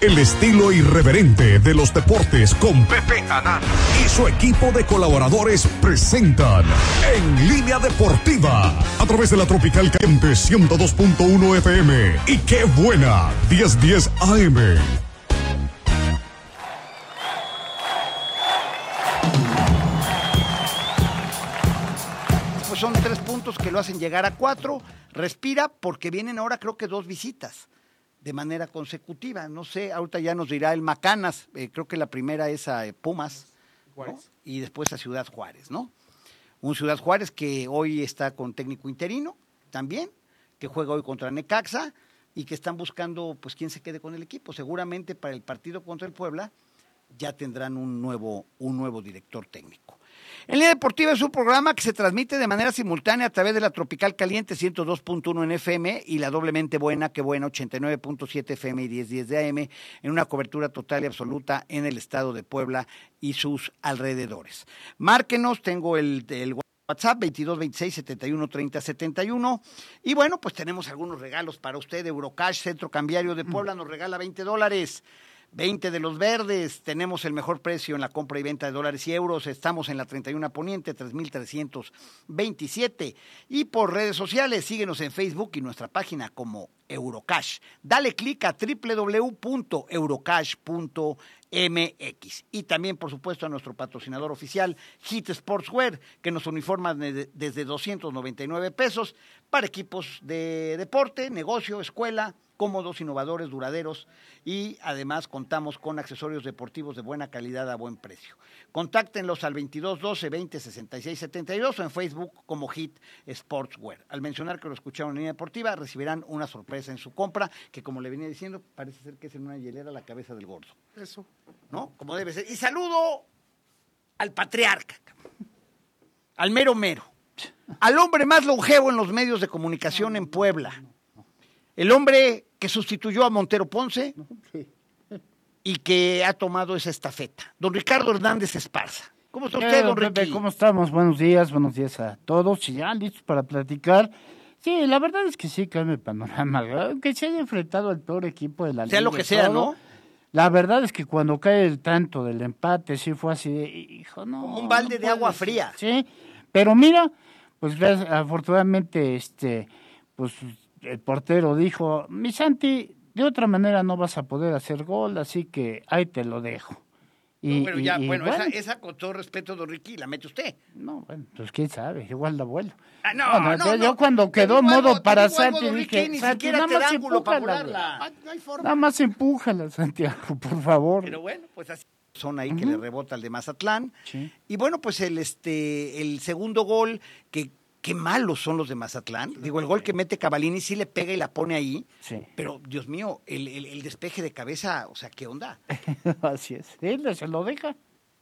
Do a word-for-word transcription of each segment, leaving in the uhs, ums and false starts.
El estilo irreverente de los deportes con Pepe Anán y su equipo de colaboradores presentan En Línea Deportiva a través de la Tropical Caliente ciento dos punto uno F M y Qué Buena diez diez A M. Pues son tres puntos que lo hacen llegar a cuatro. Respira porque vienen ahora creo que dos visitas de manera consecutiva. No sé, ahorita ya nos dirá el Macanas, eh, creo que la primera es a eh, Pumas, ¿no? Y después a Ciudad Juárez, ¿no? Un Ciudad Juárez que hoy está con técnico interino también, que juega hoy contra Necaxa y que están buscando pues quién se quede con el equipo. Seguramente para el partido contra el Puebla ya tendrán un nuevo, un nuevo director técnico. En Línea Deportiva es un programa que se transmite de manera simultánea a través de la Tropical Caliente ciento dos punto uno en F M y la doblemente buena, que buena, ochenta y nueve punto siete F M y diez diez de A M, en una cobertura total y absoluta en el estado de Puebla y sus alrededores. Márquenos, tengo el, el WhatsApp veintidós veintiséis setenta y uno treinta setenta y uno y bueno, pues tenemos algunos regalos para usted. Eurocash, Centro Cambiario de Puebla, nos regala veinte dólares. veinte de los verdes, tenemos el mejor precio en la compra y venta de dólares y euros, estamos en la treinta y uno Poniente, tres mil trescientos veintisiete, y por redes sociales, síguenos en Facebook y nuestra página como Eurocash. Dale clic a doble u doble u doble u punto eurocash punto m x y también, por supuesto, a nuestro patrocinador oficial, Hit Sportswear, que nos uniforma de, desde doscientos noventa y nueve pesos para equipos de deporte, negocio, escuela, cómodos, innovadores, duraderos y además contamos con accesorios deportivos de buena calidad a buen precio. Contáctenlos al veintidós doce veinte sesenta y seis setenta y dos o en Facebook como Hit Sportswear. Al mencionar que lo escucharon en Línea Deportiva, recibirán una sorpresa en su compra que, como le venía diciendo, parece ser que es en una hielera la cabeza del gordo. Eso. ¿No? Como debe ser. Y saludo al patriarca, al mero mero, al hombre más longevo en los medios de comunicación en Puebla. El hombre que sustituyó a Montero Ponce y que ha tomado esa estafeta. Don Ricardo Hernández Esparza. ¿Cómo está usted, don Ricky? ¿Cómo estamos? Buenos días, buenos días a todos. Y ya listos para platicar. Sí, la verdad es que sí cambia el panorama, ¿verdad? Que se haya enfrentado al peor equipo de la liga. Sea lo que sea, todo, ¿no? La verdad es que cuando cae el tanto del empate, sí fue así de, hijo, no. Como un balde no de agua fría. Sí, pero mira, pues afortunadamente, este, pues el portero dijo, mi Santi, de otra manera no vas a poder hacer gol, así que ahí te lo dejo. Y, no, bueno, ya, y, bueno, y, esa, bueno, esa con todo respeto, don Ricky, la mete usted. No, bueno, pues quién sabe, igual da vuelo. Ah, no, bueno, no, yo, no. yo cuando quedó Te digo modo algo, para te digo algo, Santi, don dije, Ricky, ni Santi, siquiera nada te más da ángulo para empújala, volarla. güey. No hay forma. Nada más empújala, Santiago, por favor. Pero bueno, pues así son ahí uh-huh. que le rebota al de Mazatlán. Sí. Y bueno, pues el este el segundo gol, que qué malos son los de Mazatlán. Digo, el gol que mete Cavallini sí le pega y la pone ahí. Sí. Pero, Dios mío, el, el, el despeje de cabeza, o sea, ¿qué onda? Así es. Él se lo deja.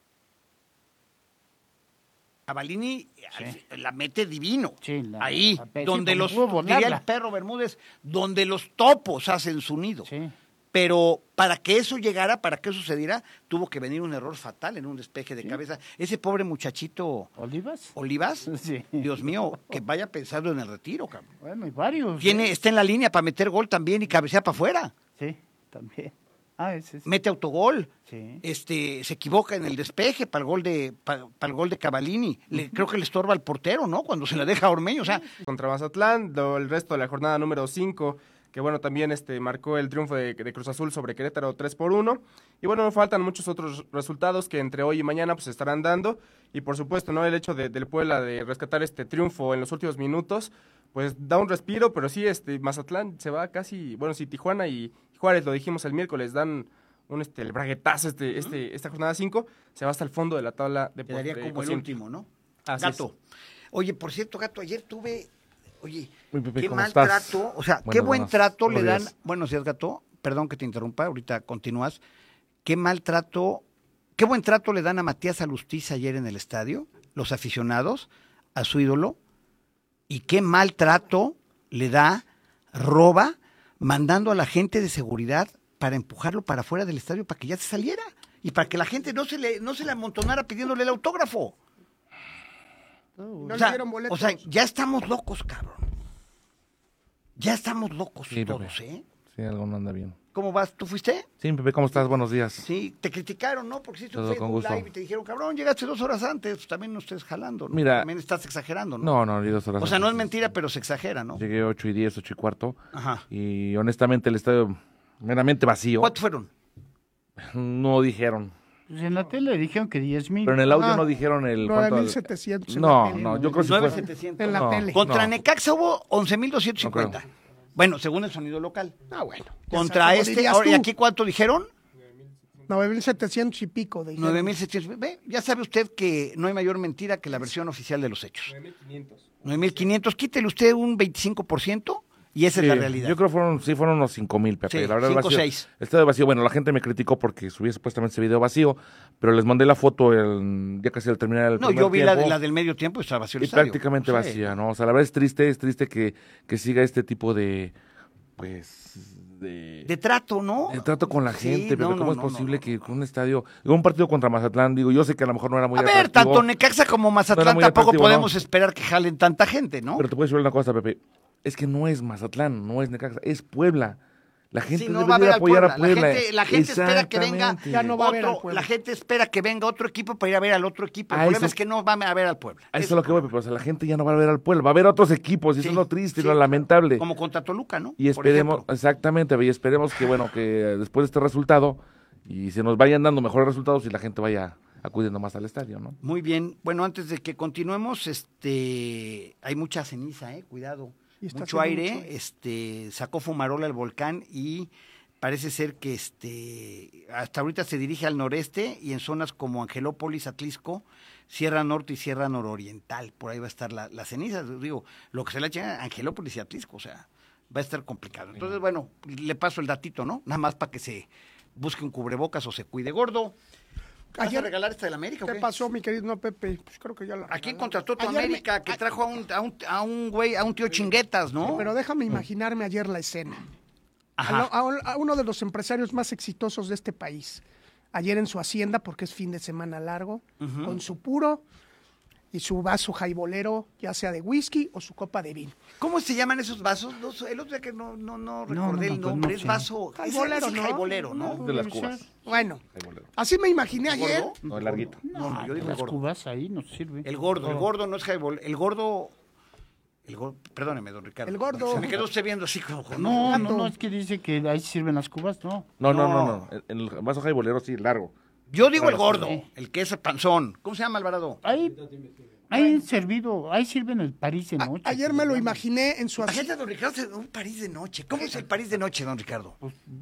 Cavallini sí. la mete divino. Sí, la, ahí, la, donde sí, los, diría el perro Bermúdez, donde los topos hacen su nido. Sí. Pero para que eso llegara, para que eso sucediera, tuvo que venir un error fatal en un despeje de sí. cabeza. Ese pobre muchachito... ¿Olivas? ¿Olivas? Sí. Dios mío, que vaya pensando en el retiro, cabrón. Bueno, y varios. Tiene, ¿eh? Está en la línea para meter gol también y cabecea para afuera. Sí, también. Ah, ese sí. Mete autogol. Sí. Este, se equivoca en el despeje para el gol de para, para el gol de Cavallini. Le, uh-huh. Creo que le estorba al portero, ¿no? Cuando se la deja a Ormeño, o sea, contra Mazatlán, lo, el resto de la jornada número cinco, que bueno, también este marcó el triunfo de, de Cruz Azul sobre Querétaro tres por uno. Y bueno, no faltan muchos otros resultados que entre hoy y mañana pues estarán dando. Y por supuesto, ¿no? El hecho de, del Puebla de rescatar este triunfo en los últimos minutos, pues da un respiro, pero sí, este Mazatlán se va casi, bueno, si Tijuana y Juárez, lo dijimos el miércoles, dan un este el braguetazo este, uh-huh. este esta jornada cinco, se va hasta el fondo de la tabla de quedaría de, como de el último, ¿no? Así Gato. Es. Oye, por cierto, Gato, ayer tuve, oye, Uy, Pepe, qué ¿cómo mal estás? trato, o sea, Buenas, qué buen buenas, trato buenos le dan, días. buenos días, Gato, perdón que te interrumpa, ahorita continúas, qué mal trato, qué buen trato le dan a Matías Alustiza ayer en el estadio, los aficionados, a su ídolo, y qué mal trato le da Roba mandando a la gente de seguridad para empujarlo para afuera del estadio para que ya se saliera y para que la gente no se le no se le amontonara pidiéndole el autógrafo. No o, le sea, dieron boletos. o sea, ya estamos locos, cabrón. Ya estamos locos Sí, todos, Pepe. ¿eh? sí, algo no anda bien. ¿Cómo vas? ¿Tú fuiste? Sí, Pepe, ¿cómo estás? Buenos días. Sí, te criticaron, ¿no? Porque hiciste un Todo con Facebook gusto. Live y te dijeron, cabrón, llegaste dos horas antes, pues también no estés jalando, ¿no? Mira. También estás exagerando, ¿no? No, no, ni dos horas. O sea, no es antes. mentira, pero se exagera, ¿no? Llegué ocho y diez, ocho y cuarto. Ajá. Y honestamente el estadio meramente vacío. ¿Cuántos fueron? No dijeron. Pues en la tele dijeron que diez mil. Pero en el audio Ah, no dijeron el nueve cuánto. mil setecientos en No, la tele. no, yo creo que sí nueve fue. mil setecientos. En la No. tele. Contra No. Necaxa hubo once mil doscientos cincuenta. No Bueno, según el sonido local. Ah, bueno. ya Contra sabes, ¿cómo este, dirías ahora, ¿y tú? aquí cuánto dijeron? nueve mil setecientos y pico. De nueve mil setecientos. Ve, ya sabe usted que no hay mayor mentira que la versión oficial de los hechos. nueve mil quinientos. nueve mil quinientos, quítele usted un veinticinco por ciento y esa Sí, es la realidad. Yo creo que fueron, sí fueron unos cinco mil, Pepe. Sí, la verdad, cinco, vacío. seis. El estadio vacío. Bueno, la gente me criticó porque subí supuestamente ese video vacío, pero les mandé la foto el, ya casi al terminar el No, primer yo vi la, tiempo, de- la del medio tiempo y estaba vacío el y estadio. prácticamente Sí. vacía, ¿no? O sea, la verdad es triste, es triste que, que siga este tipo de, pues, de... De trato, ¿no? de trato con la Sí, gente, pero no, ¿cómo no, es no, posible no, que no. con un estadio, digo, un partido contra Mazatlán, digo, yo sé que a lo mejor no era muy A ver, atractivo, tanto Necaxa como Mazatlán muy tampoco atractivo, podemos ¿no? esperar que jalen tanta gente, ¿no? Pero te puedo decir una cosa, Pepe, es que no es Mazatlán, no es Necaxa, es Puebla. La gente Sí, no debe va a de ver al apoyar Puebla. a Puebla. La gente, la gente espera que venga Exactamente. Ya no va a ver al otro, Puebla. la gente espera que venga otro equipo para ir a ver al otro equipo. El A problema eso- es que no va a ver al Puebla. A eso Eso es lo que voy, Pepe. O sea, la gente ya no va a ver al Puebla, va a ver a otros equipos, y Sí, eso es lo triste y sí. lo lamentable. Como contra Toluca, ¿no? Y Por esperemos, ejemplo. exactamente, y esperemos que, bueno, que después de este resultado, y se nos vayan dando mejores resultados y la gente vaya acudiendo más al estadio, ¿no? Muy bien. Bueno, antes de que continuemos, este, hay mucha ceniza, eh, cuidado. Sí, está Mucho haciendo aire, mucho aire. este, sacó fumarola el volcán y parece ser que este, hasta ahorita se dirige al noreste y en zonas como Angelópolis, Atlisco, Sierra Norte y Sierra Nororiental. Por ahí va a estar la, la ceniza. Digo, lo que se le echa a Angelópolis y Atlisco, o sea, va a estar complicado. Entonces, bueno, le paso el datito, ¿no? Nada más para que se busque un cubrebocas o se cuide. Gordo, ¿vas a Ayer- regalar esta de la América o ¿Qué qué? pasó, mi querido no, Pepe? Pues creo que ya la ¿A quién regalaron. contrató tu Ayer me- América? Que a- trajo a un, a un, a un güey, a un tío chinguetas, ¿no? Pero déjame imaginarme ayer la escena. A, Ajá. lo- a un- a uno de los empresarios más exitosos de este país. Ayer en su hacienda, porque es fin de semana largo, con su puro y su vaso jaibolero, ya sea de whisky o su copa de vino. ¿Cómo se llaman esos vasos? No sé, el otro día que no, no, no recordé no, el pues nombre, no es sé. vaso. Jaibolero, es el ¿no? jaibolero, ¿no? De las cubas. Bueno, Ahí volvemos. así me imaginé ayer. ¿Gordo? No, el larguito. No, yo digo el Las gordo. cubas ahí nos sirven. El gordo, el gordo no es jaibol. El gordo. El gordo, perdóneme, don Ricardo. El gordo. Se me quedó usted viendo así como. No, Gato. no, no, es que dice que ahí sirven las cubas, no. No, no, No. no, no. En el vaso jaibolero sí, largo. Yo digo el Claro, gordo, sí. el que es panzón. ¿Cómo se llama, Alvarado? Ahí, ahí servido, ahí sirven el París de A- noche. ayer que me le lo llaman. imaginé en su La hacienda. gente, don Ricardo, se- un París de noche. ¿Cómo es el París de noche, don Ricardo?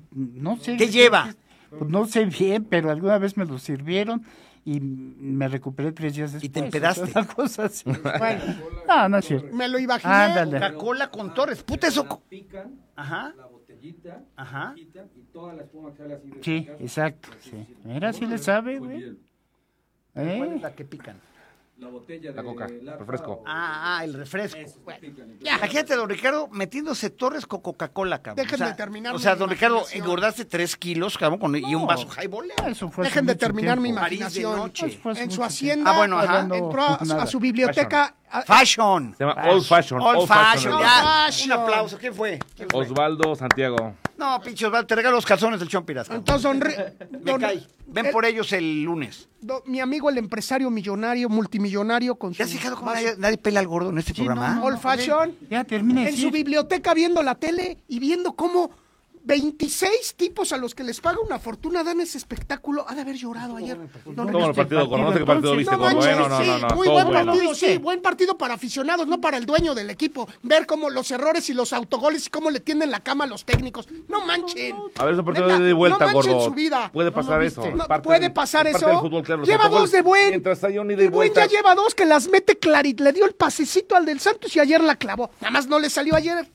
No sé. ¿Qué lleva? Pues no sé bien, pero alguna vez me lo sirvieron y me recuperé tres días después. ¿Y te empedaste? Una cosa así. Bueno, No, no es cierto. me lo imaginé. Ándale. Coca-Cola con Torres. Puta, eso. co- Pican Ajá. la botellita, Ajá. quitan y toda la espuma que sale así de Sí, picar, exacto. Sí. Mira, sí le sabe, muy güey. bien. ¿Cuál es ¿Eh? la que pican? La botella La de coca, lata refresco. o- Ah, ah, el refresco. Esos que pican. Imagínate, don Ricardo, metiéndose Torres con Coca-Cola, cabrón. Dejen o sea, de terminar O sea, mi don Ricardo, imaginación. engordaste tres kilos, cabrón, con, y un No. vaso highball. Eso fue hace Dejen de mucho terminar mi tiempo. París de imaginación. noche. Eso fue hace En su mucho hacienda, Ah, bueno, ajá. No, entró a, a nada. su biblioteca. a- Fashion. Se llama Old Fashion. Old Fashion, Old ya. Fashion. Un aplauso. ¿Quién fue? ¿Quién fue? Osvaldo Santiago. No, pinche Osvaldo, te regalo los calzones del Chompiras. cabrón. Entonces, don, Ri- Me don- cae. Ven el- por ellos el lunes. do- mi amigo el empresario millonario, multimillonario con su ¿Te has fijado cómo vaso- nadie, nadie pela al gordo en este Sí, programa? no, no, Old Fashion, Ya termina de en su decir. biblioteca viendo la tele y viendo cómo veintiséis tipos a los que les paga una fortuna dan ese espectáculo. Ha de haber llorado ayer. Don Todo el Ricardo. partido, gordo. No sé qué partido entonces, viste, No gordo. manches, Bueno, no, sí, no, no. muy todo buen bueno. partido, ¿Viste? sí, buen partido para aficionados, no para el dueño del equipo. Ver cómo los errores y los autogoles y cómo le tienden la cama a los técnicos. No manchen. A ver, es un partido Neta, de vuelta, no manchen gordo. su vida. Puede No pasar lo eso. viste. No, es parte puede del- pasar es eso. parte del fútbol, claro, los Lleva autogoles, dos de buen. Mientras haya un ida y El buen vuelta. ya lleva dos que las mete clarit. Le dio el pasecito al del Santos y ayer la clavó. Nada más no le salió ayer.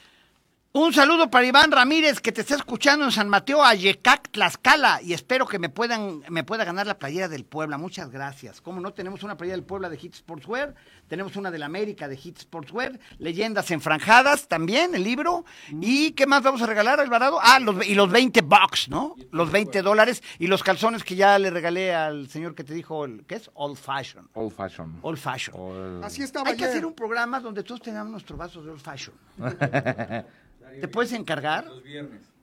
Un saludo para Iván Ramírez, que te está escuchando en San Mateo, Ayecac, Tlaxcala, y espero que me puedan me pueda ganar la playera del Puebla. Muchas gracias. Como no, tenemos una playera del Puebla de Hit Sportswear, tenemos una del América de Hit Sportswear, Leyendas Enfranjadas también, el libro, y ¿qué más vamos a regalar, Alvarado? Ah, los, y los veinte bucks, ¿no? Los veinte dólares, y los calzones que ya le regalé al señor que te dijo, el, ¿qué es? Old Fashion. Old Fashion. Old Fashion. Old- Así estaba Hay que ayer. hacer un programa donde todos tengamos nuestros vasos de Old Fashion. ¿Te puedes encargar? Los viernes.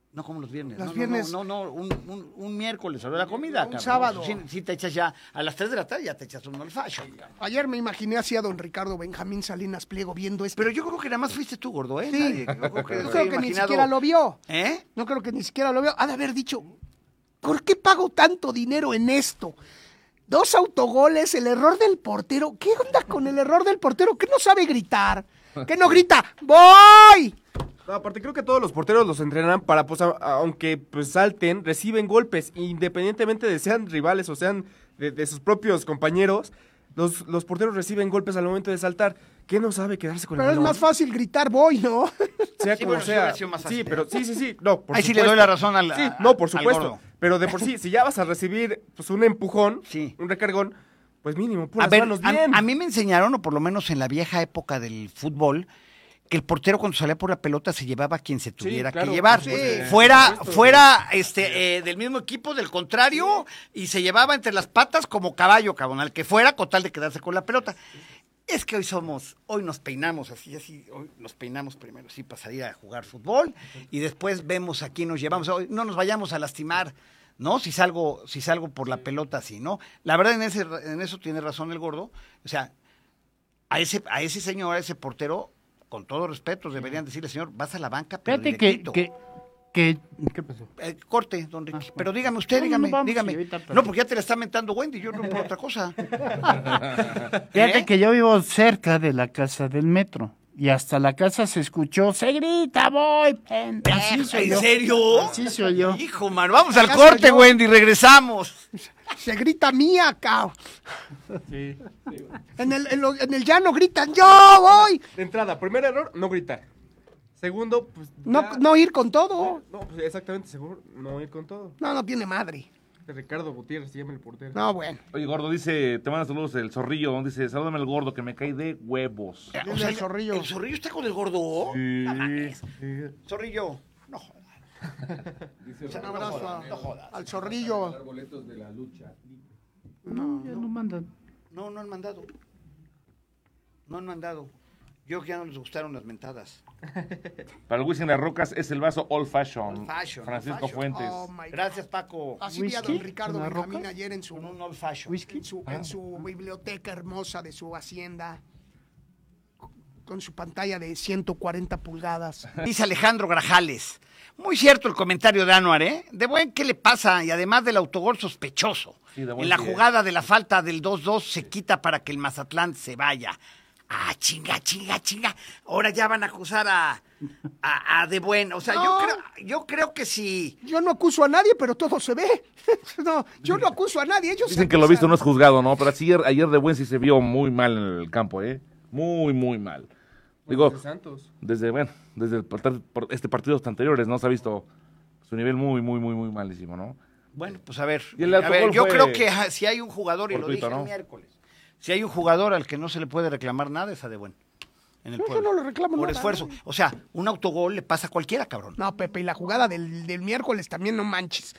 No como los viernes. Los no, viernes. No, no, no, un, un, un miércoles, a la hora de la comida. Un cabrón. sábado. Si, si te echas ya a las tres de la tarde, ya te echas un old fashion. Ayer me imaginé así a don Ricardo Benjamín Salinas Pliego viendo esto. Pero yo creo que nada más fuiste tú, gordo, ¿eh? Sí. Nadie- yo creo que, Yo estoy creo que ni imaginado- siquiera lo vio. ¿Eh? No creo que ni siquiera lo vio. Ha de haber dicho, ¿por qué pago tanto dinero en esto? Dos autogoles, el error del portero. ¿Qué onda con el error del portero? ¿Que no sabe gritar? ¿Que no grita? ¡Voy! No, aparte creo que todos los porteros los entrenan para, pues, a- a- aunque pues salten, reciben golpes, independientemente de sean rivales o sean de, de sus propios compañeros, los, los porteros reciben golpes al momento de saltar. ¿Qué no sabe quedarse con Pero el es balón? más fácil gritar voy, ¿no? Sea Sí, como bueno, sí sea. hubiera sido más fácil, sí, ¿eh? pero sí, sí, sí. No, por Ahí sí le supuesto. doy la razón al- Sí, a- no, por al supuesto. gordo. Pero de por sí, si ya vas a recibir pues un empujón, Sí. un recargón, pues mínimo, A puras ver, manos a, bien. a mí me enseñaron, o por lo menos en la vieja época del fútbol, que el portero cuando salía por la pelota se llevaba a quien se tuviera claro, que llevar. por supuesto. Fuera, Por supuesto. fuera este, eh, del mismo equipo, del contrario, y se llevaba entre las patas como caballo, cabrón, al que fuera, con tal de quedarse con la pelota. Es que hoy somos, hoy nos peinamos así, así, hoy nos peinamos primero, sí, para salir a jugar fútbol, y después vemos a quién nos llevamos. Hoy no nos vayamos a lastimar, ¿no? Si salgo, si salgo por la pelota así, ¿no? La verdad, en ese, en eso tiene razón el gordo. O sea, a ese, a ese señor, a ese portero, con todo respeto, deberían decirle, señor, vas a la banca, pero Fíjate que, directito. que, que, ¿qué pasó? Eh, corte, don Ricky. Ah, bueno. Pero dígame usted, No, no, dígame, vamos, dígame. sí, ahorita, pero- No, porque ya te la está mentando Wendy, yo no por otra cosa. Fíjate ¿Eh? que yo vivo cerca de la casa del metro y hasta la casa se escuchó, se grita, voy, pendejo. Así soy ¿En yo. serio? Así soy yo. Hijo, man, vamos al Ya corte, soy yo. Wendy, regresamos. Se grita mía, cao. En el, en, lo- en el llano gritan, yo voy. De entrada, primer error, no gritar. Segundo, pues No, ya- no ir con todo. No, pues exactamente, seguro, no ir con todo. No, no tiene madre. De Ricardo Gutiérrez, se llama el portero. No, bueno. Oye, gordo, dice, te manda saludos el zorrillo, dice, salúdame al gordo que me cae de huevos. O Dile sea, al zorrillo. ¿El zorrillo está con el gordo? Sí. No mames. Zorrillo, no jodas. Un abrazo a- No jodas. al zorrillo. Dar boletos de la lucha. No, ya no mandan. No, no han mandado. No han mandado. Yo creo que ya no les gustaron las mentadas. Para el Whisky en las Rocas es el vaso Old Fashion. Old Fashion, Francisco Old Fashion. Fuentes. Oh, my God. Gracias, Paco. Así vi a don ¿Whisky? Ricardo ¿En la Benjamín roca? ayer en su, Con un old fashion. ¿Whisky? en su, en su biblioteca hermosa de su hacienda, con su pantalla de ciento cuarenta pulgadas. Dice Alejandro Grajales. Muy cierto el comentario de Anuar, ¿eh? De buen, ¿qué le pasa? Y además del autogol sospechoso. Sí, de buen en la sí, jugada de la falta del dos dos se quita para que el Mazatlán se vaya. Ah, chinga, chinga, chinga. Ahora ya van a acusar a, a, a De Buen. O sea, yo, No. creo, yo creo que sí. Yo no acuso a nadie, pero todo se ve. No, yo no acuso a nadie. Ellos Dicen se que lo acusan. visto no es juzgado, ¿no? Pero ayer, ayer de buen sí se vio muy mal en el campo, ¿eh? Muy, muy mal. Digo, De Santos. desde, bueno, desde el part- por este partidos anteriores, ¿no? Se ha visto su nivel muy, muy, muy, muy malísimo, ¿no? Bueno, pues a ver. Y el a ver, autogol yo fue creo que ah, si hay un jugador, y lo fortuito, dije el ¿no? miércoles, si hay un jugador al que no se le puede reclamar nada, es a De Buen. En el No, yo pueblo. no le reclamo Por nada, esfuerzo. no. O sea, un autogol le pasa a cualquiera, cabrón. No, Pepe, y la jugada del, del miércoles también no manches.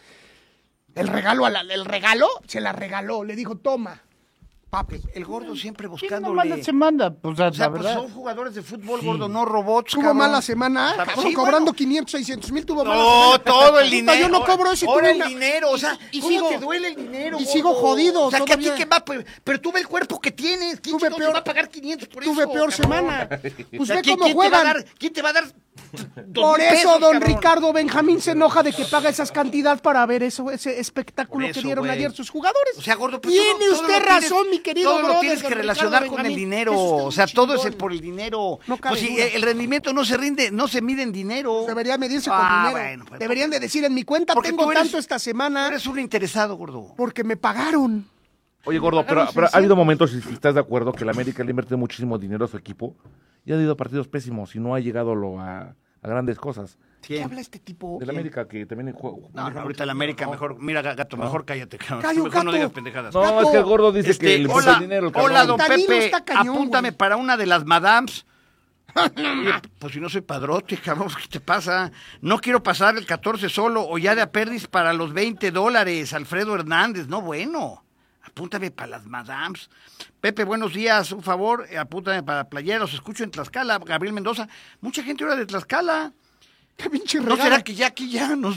El regalo, a la- el regalo, se la regaló, le dijo, toma, papi. El gordo siempre ¿Quién no manda buscándole. se manda? Pues la, O sea, la pues verdad. son jugadores de fútbol, gordo, no robots. Tuvo cabrón. mala semana, O sea, cabrón, sí, cobrando bueno. quinientos, seiscientos mil, tuvo mala No, semana. todo el Puta, dinero. Yo no cobro eso y Ahora tuve el una- dinero, o sea, y ¿cómo sigo- te duele el dinero, y gordo? sigo jodido O sea, que a todavía. ti que va, pues, pero tú ve el cuerpo que tienes. ¿Quién Tuve chingados te peor- va a pagar quinientos por Tuve eso, peor cabrón? semana. O Pues sea, ve ¿quién, cómo quién te va a juegan. dar, ¿quién te va a dar dos Por mil eso pesos, don cabrón? Ricardo Benjamín se enoja de que paga esas cantidades para ver eso, ese espectáculo Por que eso, dieron güey. ayer sus jugadores. O sea, gordo, pues Tiene todo- todo usted lo tienes- razón, mi querido Todo lo brother, tienes que don relacionar Ricardo con el Benjamín. dinero. Eso está O sea, muy todo es chingón. por el dinero. No cabe pues si duda. el rendimiento no se rinde, no se mide en dinero. Debería medirse con Ah, dinero. bueno, pues, Deberían de decir, en mi cuenta porque tengo tú eres- tanto esta Tú semana eres un interesado, gordo. porque me pagaron. Oye, gordo, pero, Pagaron pero ha seiscientos. habido momentos, si si estás de acuerdo, que el América le invierte muchísimo dinero a su equipo y ha ido a partidos pésimos y no ha llegado lo a, a grandes cosas. ¿Qué ¿Quién? habla este tipo? Del América, que también juega. No, no, ahorita el América, mejor, mira, gato, mejor cállate, cabrón. Callo, Mejor no gato. digas pendejadas. No, Gato. es que el gordo dice Este, que le puso hola, el dinero. el cabrón. hola, don Danilo Pepe, está cañón, apúntame güey. para una de las madams. Oye, pues si no soy padrote, cabrón, ¿qué te pasa? No quiero pasar el catorce solo o ya de a perdis para los veinte dólares, Alfredo Hernández, no, bueno. Apúntame para las madams. Pepe, buenos días, un favor, eh, apúntame para playeros, escucho en Tlaxcala, Gabriel Mendoza. Mucha gente ahora de Tlaxcala. ¿Qué pinche ¿No regalo? será que ya aquí ya nos...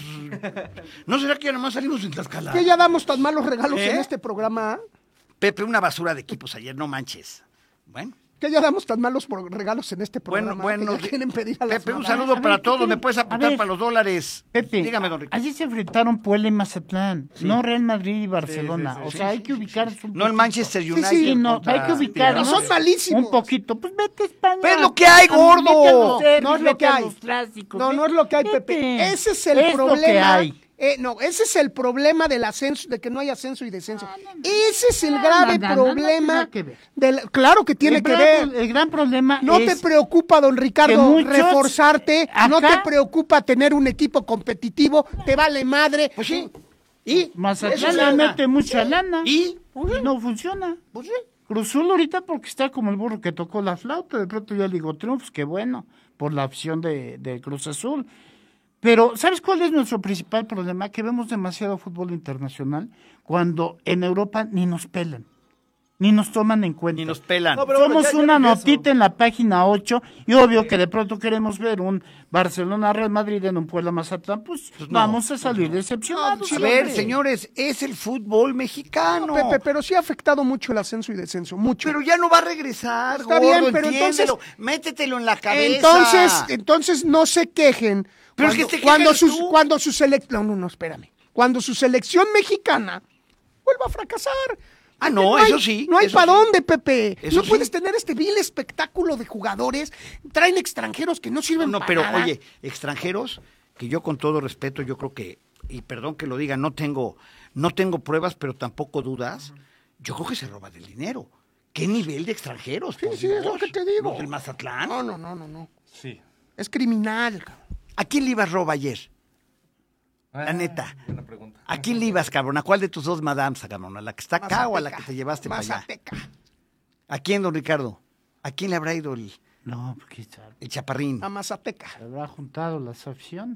¿No será que ya nomás salimos en Tlaxcala? ¿Que ya damos tan malos regalos ¿Eh? en este programa? Pepe, una basura de equipos ayer, no manches. Bueno. ¿Que ya damos tan malos pro- regalos en este Bueno, programa? bueno, que ya quieren pedir a las Pepe, un mamás? saludo A para ver, todos. Pepe, ¿Me puedes a apuntar ver. para los dólares? Pepe, Dígame, don Ricardo. allí se enfrentaron Puebla y Mazatlán, no Real Madrid y Barcelona. sí, sí, o sí, sea, sí, hay que ubicarnos un No el poquito. Manchester sí, United. Sí, no, contra- hay que ubicarnos. Pero son malísimos. Un poquito. Pues vete a España. Pero es lo que hay, gordo. Vete a los derbis, No es lo vete que a hay. los clásicos, No, ve- no es lo que hay, vete. Pepe. Ese es el Es lo problema. que hay. Eh, no, ese es el problema del ascenso, de que no hay ascenso y descenso. no, no. Ese es el No, grave no, no, no, no tiene problema. nada que ver. del- claro que tiene el que gran, ver. El gran problema No es te preocupa, don que Ricardo, muchos reforzarte. No te acá- preocupa tener un equipo competitivo. Te vale madre. Pues sí. ¿Y? Mazatlán Eso es le lana. mete mucha lana. ¿Y? Y no funciona. Pues sí. Cruzul ahorita porque está como el burro que tocó la flauta, de pronto ya digo triunfos, qué bueno, por la opción de, de Cruz Azul. Pero, ¿sabes cuál es nuestro principal problema? Que vemos demasiado fútbol internacional cuando en Europa ni nos pelan, ni nos toman en cuenta. Ni nos pelan. No, pero bueno, Somos ya- ya una ni eso. notita en la página ocho y obvio que de pronto queremos ver un Barcelona-Real Madrid en un Puebla Mazatlán, pues, Pues no. vamos a salir decepcionados. A ver, hombre. señores, es el fútbol mexicano. No, Pepe, pero sí ha afectado mucho el ascenso y descenso. Mucho. Pero ya no va a regresar, Está gordo, bien, pero entiéndelo. entonces- Métetelo en la cabeza. Entonces, entonces no se quejen. Pero es cuando, que te cuando quejas sus, tú. cuando su selección, no, no, no, espérame. Cuando su selección mexicana vuelva a fracasar. Ah, Porque no, hay- eso sí, No hay eso para sí. dónde, Pepe. Eso no sí. puedes tener este vil espectáculo de jugadores. Traen extranjeros que no sirven No, para pero nada. oye, extranjeros, que yo con todo respeto, yo creo que, y perdón que lo diga, no tengo, no tengo pruebas, pero tampoco dudas, yo creo que se roba del dinero. ¿Qué nivel de extranjeros? Sí, por sí, es lo Dios? que te digo. ¿Los del Mazatlán? No, no, no, no, no. Sí. Es criminal, cabrón. ¿A quién le ibas roba ayer? La neta. Buena pregunta. ¿A quién le ibas, cabrón? ¿A cuál de tus dos madams, cabrón? ¿A la que está acá o a la que te llevaste para allá? Mazateca. ¿A quién, don Ricardo? ¿A quién le habrá ido el, No, porque sabe, el chaparrín? A Mazateca. se habrá juntado las opciones.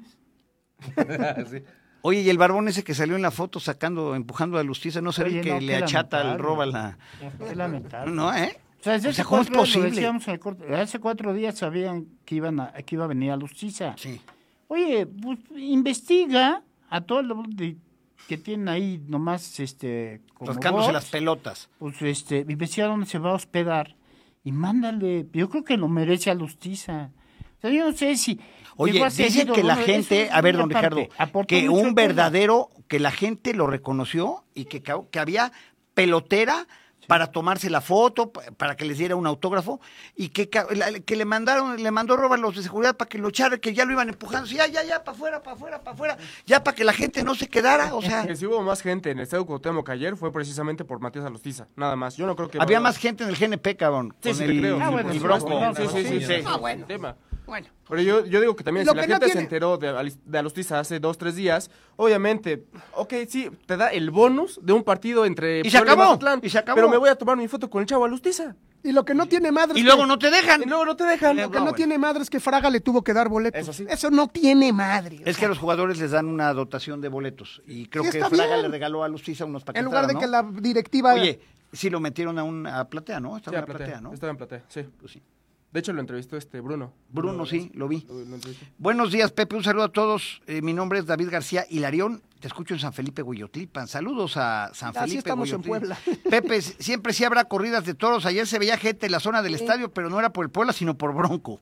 Sí. Oye, y el barbón ese que salió en la foto sacando, empujando a Lustiza, ¿no será el Oye, que no, le qué achata, el lamentable. roba la... Qué lamentable. No, ¿eh? O sea, desde O sea, hace ¿cómo es cuatro días, lo posible? decíamos en el corte, hace cuatro días sabían que iban a, que iba a venir a Lustiza. Sí. Oye, pues, investiga a todos los de- que tienen ahí nomás este como Rascándose bots, las pelotas. pues este, investiga dónde se va a hospedar y mándale, yo creo que lo merece a Lustiza. O sea, yo no sé si Oye, llegó a dicen seguido, que la bueno, eso gente, es a ver, muy don aparte, Ricardo, aportó que mucho un al Puebla. verdadero, que la gente lo reconoció y que, ca- que había pelotera para tomarse la foto, pa- para que les diera un autógrafo, y que, ca- la- que le mandaron, le mandó robar los de seguridad para que lo echara, que ya lo iban empujando, sí, ya, ya, ya, para afuera, para afuera, para afuera, ya para que la gente no se quedara, o sea, Que si hubo más gente en el Estadio Cuauhtémoc ayer fue precisamente por Matías Alostiza, nada más. Yo no creo que... había no- más gente en el G N P, cabrón, Sí, con sí, el, te creo. Ah, bueno, el sí, Bronco. no, Sí, sí, sí, sí. Sí. Ah, bueno. Tema. Bueno. Pero yo, yo digo que también Lo si la que no gente se tiene- enteró de, Alis- de Alostiza hace dos, tres días, obviamente, ok, sí, te da el bonus de un partido entre Y se Puebla acabó, Mazatlán, y se acabó. pero me voy a tomar mi foto con el chavo Alostiza. Y lo que no tiene madre Y es luego que- no te dejan. Y luego no te dejan. Lo que no bueno. tiene madre es que Fraga le tuvo que dar boletos. Eso sí. Eso no tiene madre. o Es sea, que a los jugadores les dan una dotación de boletos, y creo Sí, que está Fraga bien. le regaló a Lustiza unos paquetes. en lugar de que la directiva... Oye, sí lo metieron a una a platea, ¿no? Sí, Estaba en a la platea, platea, ¿no? estaba en platea, sí. Pues sí. De hecho, lo entrevistó este Bruno. Bruno, sí, lo vi. Lo- lo entrevistó. Buenos días, Pepe. Un saludo a todos. Eh, mi nombre es David García Hilarión. Te escucho en San Felipe, Hueyotlipan. Saludos a San Así Felipe, estamos en Hueyotlipan. Puebla. Pepe, s- siempre sí habrá corridas de toros. Ayer se veía gente en la zona del estadio, pero no era por el Puebla, sino por Bronco.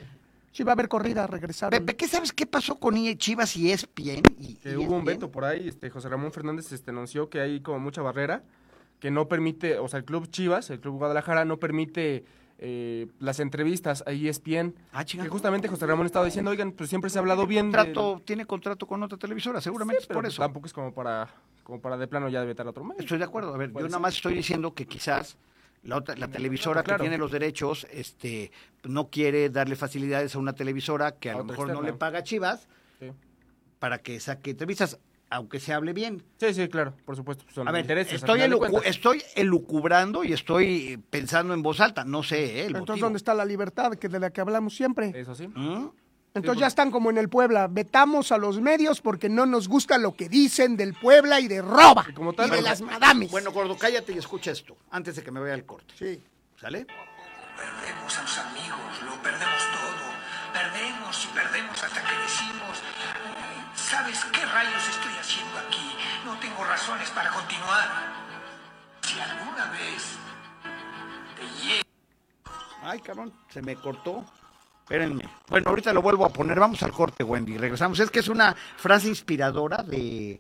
Sí va a haber corrida, regresaron. Pepe, ¿qué sabes qué pasó con I E Chivas y E S P N? Y, Que y hubo un E S P N? veto por ahí, este José Ramón Fernández este, anunció que hay como mucha barrera, que no permite, o sea, el club Chivas, el club Guadalajara, no permite eh, las entrevistas a E S P N. Ah, chinga. Que justamente José Ramón estaba diciendo, oigan, pues siempre se ha hablado bien de... Contrato, tiene contrato con otra televisora, seguramente Sí, es pero por eso. tampoco es como para, como para de plano ya vetar a otro medio. Estoy de acuerdo. A ver, yo Puede nada ser. más estoy diciendo que quizás la, otra, la televisora claro. que tiene los derechos este, no quiere darle facilidades a una televisora que a, A lo otra mejor no externa. le paga a Chivas Sí. para que saque entrevistas, aunque se hable bien. Sí, sí, claro, por supuesto. pues son A ver, intereses, al estoy, final de elucu- cuentas. estoy elucubrando y estoy pensando en voz alta. No sé, ¿eh? El Entonces, motivo. ¿dónde está la libertad que de la que hablamos siempre? Eso sí. ¿Mm? Entonces ya están como en el Puebla. Vetamos a los medios porque no nos gusta lo que dicen del Puebla y de roba. Y como tal, y de bueno, las madames. Bueno, gordo, cállate y escucha esto, antes de que me vaya al corte. Sí. ¿Sale? Perdemos a los amigos, lo perdemos todo. Perdemos y perdemos hasta que decimos ¿Sabes qué rayos estoy haciendo aquí? No tengo razones para continuar. Si alguna vez te llega... Ay, cabrón, se me cortó. Espérenme. Bueno, ahorita lo vuelvo a poner. Vamos al corte, Wendy. Regresamos. Es que es una frase inspiradora de,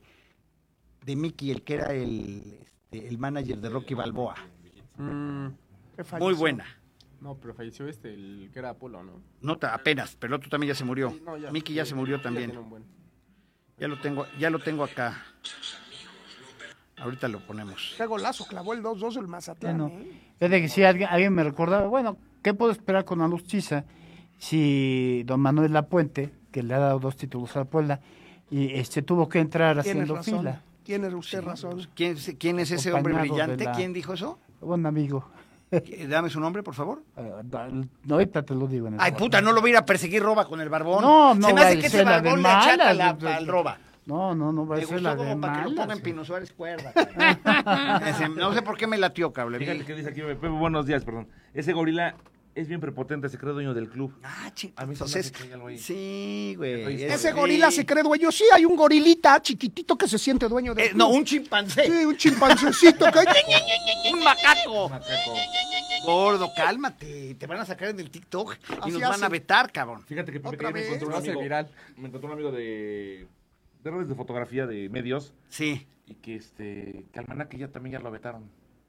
de Mickey, el que era el, este, el manager de Rocky Balboa. Mm, Muy buena. no, pero falleció este, el que era Apolo, ¿no? No, ta- apenas, pero el otro también ya se murió. Sí, no, ya. Mickey ya se murió Ya también. tiene un buen. Ya lo tengo, ya lo tengo acá. Ahorita lo ponemos. Qué golazo, clavó el dos dos el Mazatlán. Bueno, ¿eh? fíjate que si alguien, alguien me recordaba, bueno, ¿qué puedo esperar con Alustiza si don Manuel Lapuente, que le ha dado dos títulos a Puebla, y este tuvo que entrar Tienes haciendo razón. fila? Tienes usted razón. ¿Quién, es- quién es ese hombre Acompañado de brillante? la- ¿Quién dijo eso? Buen amigo. Eh, Dame su nombre, por favor. Eh, da- no, ahorita te lo digo. En el Ay, puta, no lo voy a ir a perseguir Roba con el barbón. No, no Se me va hace a que ser ese la de barbón le achata malas, la- pues, al Roba. No, no, no va a Me ser gustó la de como para que lo ponga malas, en sí. Pino Suárez cuerda. cabrón. Ese- no sé por qué me latió, cable. Fíjate que dice aquí, Pepe, buenos días, perdón. Ese gorila es bien prepotente, se cree dueño del club. Ah, chico. A mí se me Entonces, hace que hay algo ahí. sí, güey. Ese Ese sí. gorila se cree dueño. Sí, hay un gorilita chiquitito que se siente dueño de. Eh, no, un chimpancé. Sí, un chimpancecito que. Un macaco. Macaco. Gordo, cálmate. Te van a sacar en el TikTok y Así nos van a hacen. vetar, cabrón. Fíjate que Pepe Otra que me vez. encontró un Va a ser amigo, viral. me encontró un amigo de, de redes de fotografía de medios Sí. y que este que Almanaque ya también ya lo vetaron.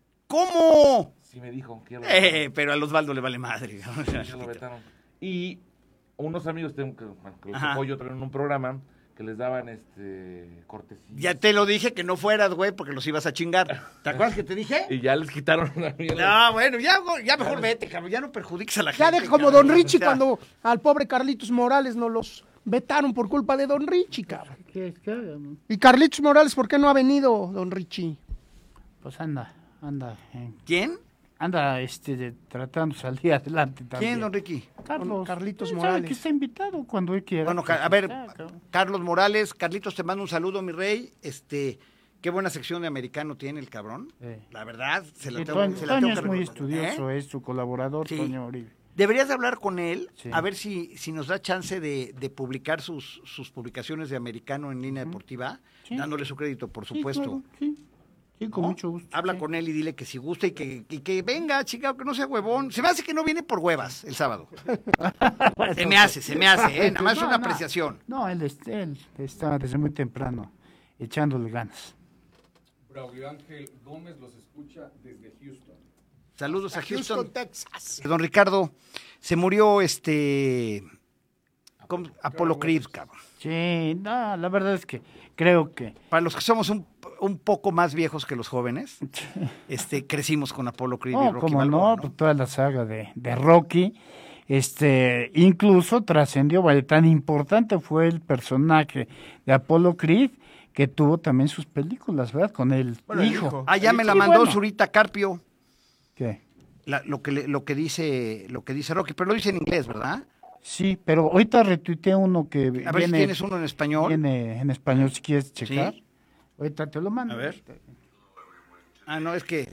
¿Cómo? Sí me dijo que ya lo vetaron. Eh, pero a los le vale madre. Ya lo vetaron. Y unos amigos tengo que, bueno, que los Ajá. apoyo también en un programa que les daban este cortesía. Ya te lo dije que no fueras, güey, porque los ibas a chingar. ¿Te acuerdas que te dije? Y ya les quitaron a mí. No, bueno, ya, ya mejor vete, cabrón. Ya no perjudiques a la Ya gente. de como cabrón. Don Richie O sea, cuando al pobre Carlitos Morales nos los vetaron por culpa de Don Richie, cabrón. ¿Qué, qué hagamos? Y Carlitos Morales, ¿por qué no ha venido, Don Richie? Pues anda, anda, eh, ¿Quién? anda este, de- tratando de salir adelante también. ¿Quién, don Ricky? Carlos. Don Carlitos Él sabe Morales. que está invitado cuando él quiera. Bueno, pues, ca- a ver, está, cabrón. Carlos Morales, Carlitos, te mando un saludo, mi rey. Este, qué buena sección de americano tiene el cabrón. Sí. La verdad, se la Sí, tengo, Toño, se la Toño tengo es que muy reconocer. estudioso, ¿Eh? es su colaborador, Sí. Toño Uribe. Deberías de hablar con él, Sí. a ver si, si nos da chance de, de publicar sus, sus publicaciones de americano en línea deportiva, Sí. dándole su crédito, por Sí, supuesto. claro, sí, sí, con ¿No? mucho gusto. Habla sí. con él y dile que si gusta y que, y que venga, chica, que no sea huevón. Se me hace que no viene por huevas el sábado. Se me hace, se me hace, ¿eh? Nada más es No, una no. apreciación. No, él, es- él está desde muy temprano echándole ganas. Braulio Ángel Gómez los escucha desde Houston. Saludos a Houston. Houston, Texas. Don Ricardo, se murió este ¿cómo? Apolo Creed, cabrón. Sí, no, la verdad es que creo que Para los que somos un, un poco más viejos que los jóvenes, este crecimos con Apolo Creed y no, Rocky como Balboa, no, ¿no? pues toda la saga de, de Rocky, este, incluso trascendió, vale, tan importante fue el personaje de Apollo Creed que tuvo también sus películas, ¿verdad? Con el Bueno, el hijo. hijo. Ah, ya me la Sí, mandó bueno. Zurita Carpio, ¿Qué? la- lo que le- lo que dice lo que dice Rocky, pero lo dice en inglés, ¿verdad? Sí, pero ahorita retuiteé uno que A ver si viene, tienes uno en español. viene en español si quieres checar. Sí. Ahorita te lo mando. A ver. Ah, no, es que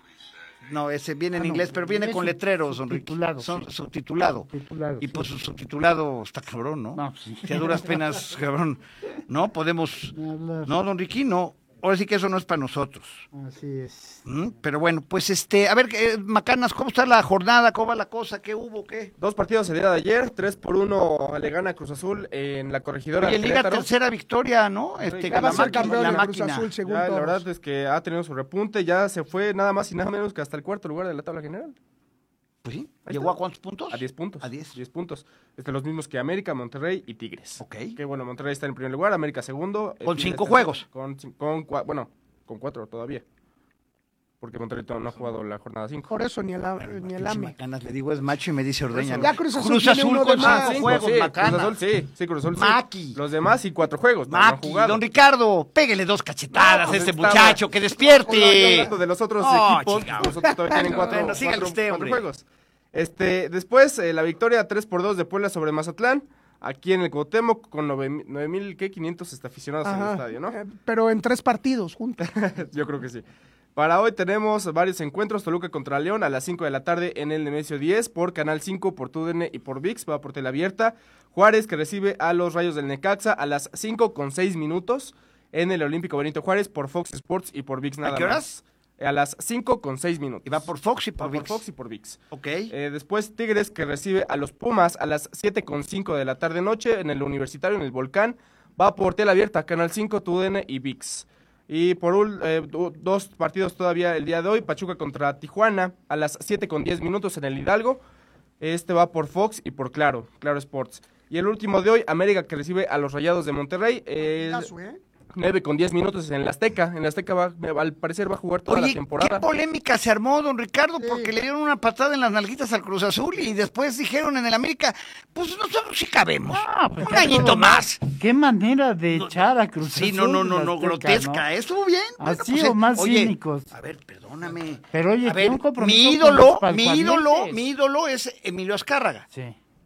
no, ese viene en Ah, no, inglés, pero viene es con sub- letreros, don Ricky. subtitulado, Son sí. subtitulado. Subtitulado, Y sí. pues su subtitulado está cabrón, ¿no? No, sí. Que a duras penas, cabrón. No podemos. Ni hablar. No, don Ricky, no. Ahora sí que eso no es para nosotros. Así es. ¿Mm? Pero bueno, pues este, a ver, eh, Macanas, ¿cómo está la jornada? ¿Cómo va la cosa? ¿Qué hubo? ¿Qué? Dos partidos el día de ayer, tres por uno le gana Cruz Azul en la corregidora. Oye, de Liga Querétaro. tercera victoria, ¿no? Este, Ya va a la ser máquina, campeón la de Cruz máquina. Azul, según Ya, la todos. verdad es que ha tenido su repunte, ya se fue nada más y nada menos que hasta el cuarto lugar de la tabla general. Pues sí. Ahí ¿Llegó está. a cuántos puntos? A diez puntos. A diez. diez puntos. Este, los mismos que América, Monterrey y Tigres. Ok. Que bueno, Monterrey está en primer lugar, América segundo. eh, Con Tigres cinco tercero, juegos. Con, cin- con cua- bueno, con cuatro todavía. Porque Monterrey todavía no ha jugado la jornada cinco. Por eso ni el, ni el Pinche AME. Macanas, le digo es macho y me dice ordeña. Ya Cruz Azul Cruz tiene Azul uno con de más. cinco Cinco, juegos, sí, Macanas. Cruz Azul sí, sí, Cruz Azul sí. Maki. Los demás y cuatro juegos. no, no han Maki, jugado. don Ricardo, pégale dos cachetadas No, pues a este estaba- muchacho, que Oiga, despierte. hablando de los otros Oh, equipos, chingado. los otros todavía tienen cuatro, Bueno, sígale cuatro- usted, cuatro hombre. juegos. Este, después, eh, la victoria tres por dos de Puebla sobre Mazatlán, aquí en el Cuauhtémoc, con nueve mil quinientos este, aficionados en el Ajá. estadio, ¿no? Eh, pero en tres partidos juntos. Yo creo que sí. Para hoy tenemos varios encuentros. Toluca contra León a las cinco de la tarde en el Nemesio diez por Canal cinco, por T U D N y por V I X, va por tele abierta. Juárez que recibe a los Rayos del Necaxa a las cinco con seis minutos en el Olímpico Benito Juárez por Fox Sports y por V I X nada ¿A qué horas? más. A las cinco con seis minutos. Y va por Fox y por Va V I por X. Fox y por V I X. Ok. Eh, después Tigres que recibe a los Pumas a las siete con cinco de la tarde noche en el Universitario, en el Volcán. Va por tele abierta, Canal cinco, T U D N y V I X. Y por un, eh, dos partidos todavía el día de hoy, Pachuca contra Tijuana a las siete con diez minutos en el Hidalgo. Este va por Fox y por Claro, Claro Sports. Y el último de hoy, América que recibe a los Rayados de Monterrey. Eh, nueve con diez minutos en la Azteca. En la Azteca va, al parecer va a jugar toda Oye, la temporada. qué polémica se armó, don Ricardo, porque le dieron una patada en las nalguitas al Cruz Azul y después dijeron en el América, pues nosotros sí cabemos. Ah, pues un ya añito todo más. Qué manera de echar a Cruz Sí, Azul. no, no, no, no, Azteca, grotesca. ¿no? Estuvo bien. Bueno, Así pues, o eh, más oye, cínicos. A ver, perdóname. Pero oye, a que ver, un compromiso mi con ídolo, los mi ídolo, palcualientes. mi ídolo es Emilio Azcárraga. Sí,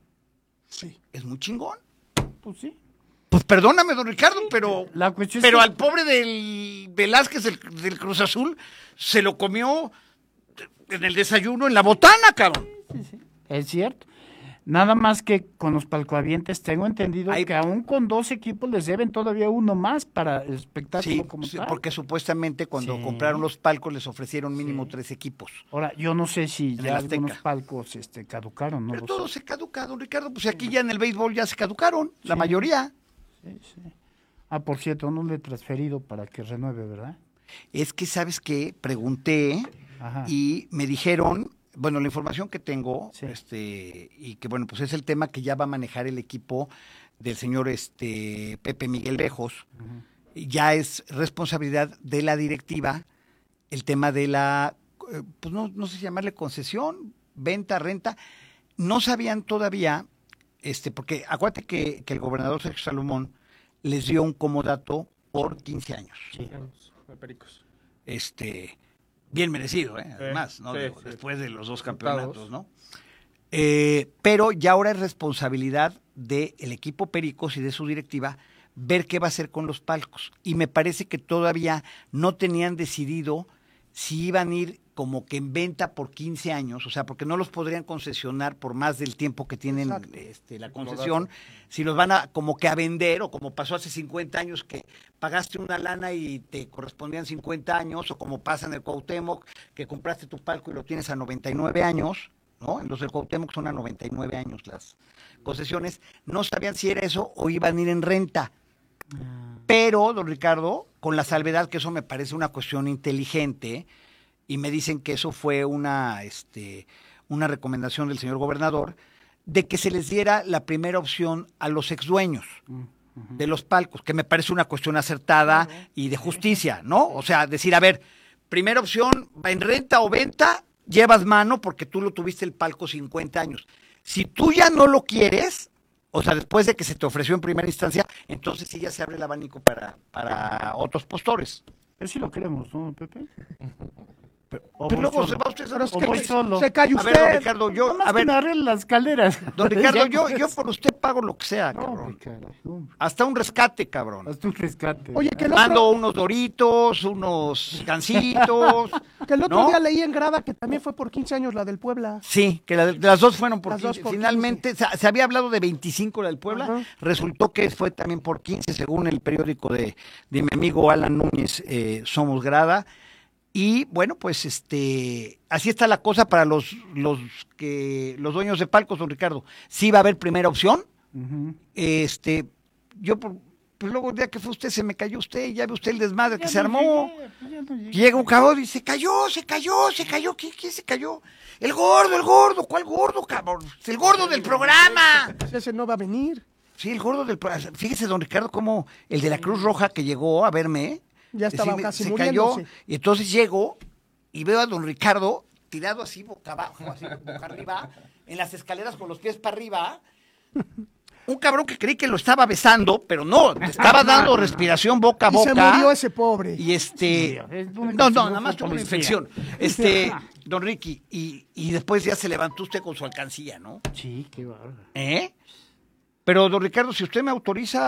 Sí. Es muy chingón. pues sí. Pues perdóname, don Ricardo, pero, La cuestión es pero que- al pobre del Velázquez del, del Cruz Azul se lo comió en el desayuno en la botana, cabrón. Es cierto. Nada más que con los palcoavientes tengo entendido Hay- que aún con dos equipos les deben todavía uno más para el espectáculo Sí, como sí, tal. porque supuestamente cuando Sí. compraron los palcos les ofrecieron mínimo tres equipos. Ahora, yo no sé si En el ya Azteca. algunos palcos este, caducaron, no Pero lo todo sé. se caduca, don Ricardo. Pues aquí ya en el béisbol ya se caducaron, la mayoría. Sí, sí. Ah, por cierto, no le he transferido para que renueve, ¿verdad? Es que, ¿sabes qué? Pregunté Ajá. y me dijeron, bueno, la información que tengo, Sí. este, y que bueno, pues es el tema que ya va a manejar el equipo del señor este Pepe Miguel Bejos, y ya es responsabilidad de la directiva el tema de la, eh, pues no, no sé si llamarle concesión, venta, renta. No sabían todavía, este, porque acuérdate que, que el gobernador Sergio Salomón les dio un comodato por quince años. Sí. Los Pericos. Este, bien merecido, ¿eh? Además, ¿no? sí, Digo, sí. después de los dos Resultados. campeonatos, ¿no? Eh, pero ya ahora es responsabilidad del equipo Pericos y de su directiva ver qué va a hacer con los palcos. Y me parece que todavía no tenían decidido si iban a ir como que en venta por quince años, o sea, porque no los podrían concesionar por más del tiempo que tienen Exacto. este, la concesión, si los van a como que a vender, o como pasó hace cincuenta años que pagaste una lana y te correspondían cincuenta años, o como pasa en el Cuauhtémoc, que compraste tu palco y lo tienes a noventa y nueve años, ¿no? En los del Cuauhtémoc son a noventa y nueve años las concesiones, no sabían si era eso o iban a ir en renta. Pero, don Ricardo, con la salvedad que eso me parece una cuestión inteligente, y me dicen que eso fue una, este, una recomendación del señor gobernador, de que se les diera la primera opción a los exdueños de los palcos, que me parece una cuestión acertada y de justicia, ¿no? O sea, decir, a ver, primera opción, en renta o venta, llevas mano porque tú lo tuviste el palco cincuenta años. Si tú ya no lo quieres, o sea, después de que se te ofreció en primera instancia, entonces sí ya se abre el abanico para, para otros postores. Pero sí lo queremos, ¿no, Pepe? O Pero voy luego se solo. va usted Pero es O que voy se- solo. se cae A usted. ver, don Ricardo, yo, Nada más a que ver, me arreglen las calderas. don Ricardo, Ya, yo, pues. yo por usted pago lo que sea, No, cabrón. hombre, caray. Hasta un rescate, cabrón. Haz tu rescate. Oye, que el Mando otro, unos doritos, unos gancitos. que el otro ¿no? día leí en grada que también fue por quince años la del Puebla. Sí, que la de- las dos fueron por Las dos quince. por Finalmente, se, se había hablado de veinticinco la del Puebla, Ajá. resultó que fue también por quince, según el periódico de, de mi amigo Alan Núñez, eh, Somos Grada. Y bueno, pues este, así está la cosa para los, los que los dueños de palcos, don Ricardo. Sí va a haber primera opción. Ujú. Este, yo por, pues luego el día que fue usted se me cayó usted, y ya ve usted el desmadre que Ya se no armó. llegué, pues ya no llegué. Llega un cabrón y se cayó, se cayó, se cayó. ¿Quién, quién se cayó? El gordo, el gordo. ¿Cuál gordo, cabrón? El gordo del programa. Pues ese no va a venir. Sí, el gordo del programa. Fíjese, don Ricardo, como el de la Cruz Roja que llegó a verme. Ya estaba me- casi se muriéndose. cayó. Y entonces llego y veo a don Ricardo tirado así, boca abajo, así, boca arriba, en las escaleras con los pies para arriba. Un cabrón que creí que lo estaba besando, pero no, le estaba dando respiración boca a Y boca. se murió ese pobre. Y este. Es único No, que no, no nada más fue tuvo una policía. infección. Este, don Ricky, y, y después ya se levantó usted con su alcancía, ¿no? Sí, qué bárbaro. ¿Eh? Pero, don Ricardo, si usted me autoriza,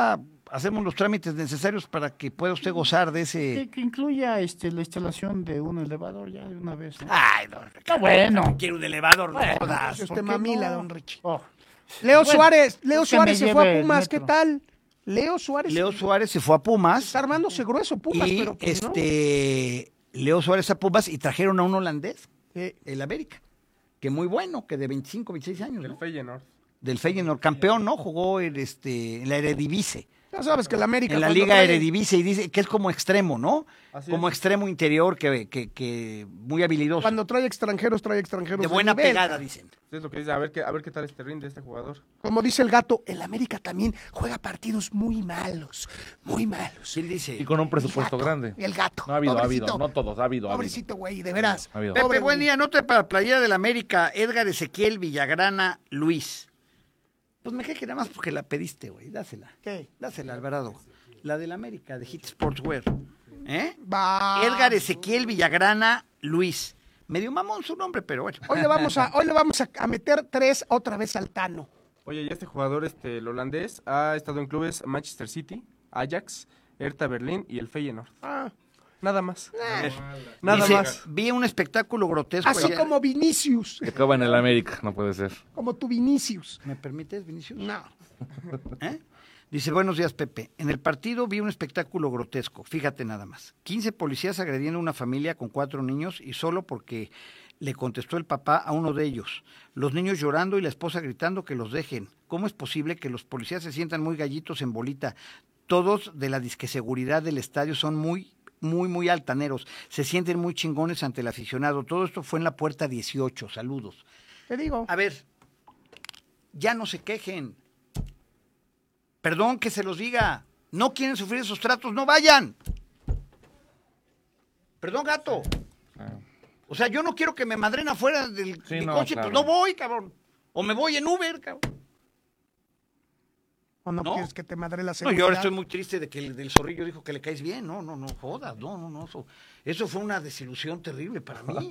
hacemos los trámites necesarios para que pueda usted gozar de ese... Que, que incluya este, la instalación de un elevador ya de una vez, ¿no? Ay, don Ricardo, Está bueno. quiero un elevador, no Bueno, jodas. Es ¿por usted qué mamila, no? don Richie. Oh. Leo Bueno, Suárez, Leo pues que Suárez me se fue lleve a el Pumas, ¿qué metro. tal? Leo Suárez Leo Suárez se fue a Pumas está armándose grueso Pumas, y pero pues, este Leo Suárez a Pumas y trajeron a un holandés, ¿no? Eh, el América, que muy bueno, que de veinticinco, veintiséis años, El ¿no? Feyenoord. Del Feyenoord, campeón, ¿no? Jugó en, este, en la Eredivisie. ya sabes que el América En la cuando Liga trae- Eredivisie y dice que es como extremo, ¿no? Así Como es. extremo interior que, que, que muy habilidoso. Cuando trae extranjeros, trae extranjeros de buena nivel. pegada, dicen. Es lo que dice, a ver qué, a ver qué tal este rinde este jugador. Como dice el gato, el América también juega partidos muy malos, muy malos. ¿Quién dice? Y con un presupuesto El gato, grande. El gato. No ha habido, ha habido, pobrecito. no todos, ha habido, ha habido. Pobrecito, güey, de veras. Ha habido. Pepe, Pobre buen güey. día. Nota para Playera del América, Edgar Ezequiel Villagrana Luis. Pues me cae que nada más porque la pediste, güey. Dásela. ¿Qué? Dásela, Alvarado. La del América, de Hit Sportswear. ¿Eh? Va. Edgar Ezequiel Villagrana Luis. Medio mamón su nombre, pero bueno. Hoy le vamos a, hoy le vamos a, a meter tres otra vez al Tano. Oye, y este jugador, este, el holandés, ha estado en clubes Manchester City, Ajax, Hertha Berlín y el Feyenoord. Ah, Nada más. Eh, Nada dice, más. Vi un espectáculo grotesco. así ayer. como Vinicius, Que acaba en el América, no puede ser. como tu Vinicius. ¿Me permites, Vinicius? No. ¿Eh? Dice, buenos días, Pepe. En el partido vi un espectáculo grotesco. Fíjate nada más. quince policías agrediendo a una familia con cuatro niños y solo porque le contestó el papá a uno de ellos. Los niños llorando y la esposa gritando que los dejen. ¿Cómo es posible que los policías se sientan muy gallitos en bolita? Todos de la disqueseguridad del estadio son muy, muy, muy altaneros. Se sienten muy chingones ante el aficionado. Todo esto fue en la puerta dieciocho. Saludos. Te digo. A ver, ya no se quejen. Perdón que se los diga. No quieren sufrir esos tratos, no vayan. Perdón, gato. O sea, yo no quiero que me madren afuera del Sí, mi no, coche, claro. pues no voy, cabrón. O me voy en Uber, cabrón. ¿O no, ¿No? quieres que te madre la No, seguridad? yo ahora estoy muy triste de que el del zorrillo dijo que le caes bien. No, no, no, jodas, no, no, no. Eso, eso fue una desilusión terrible para mí.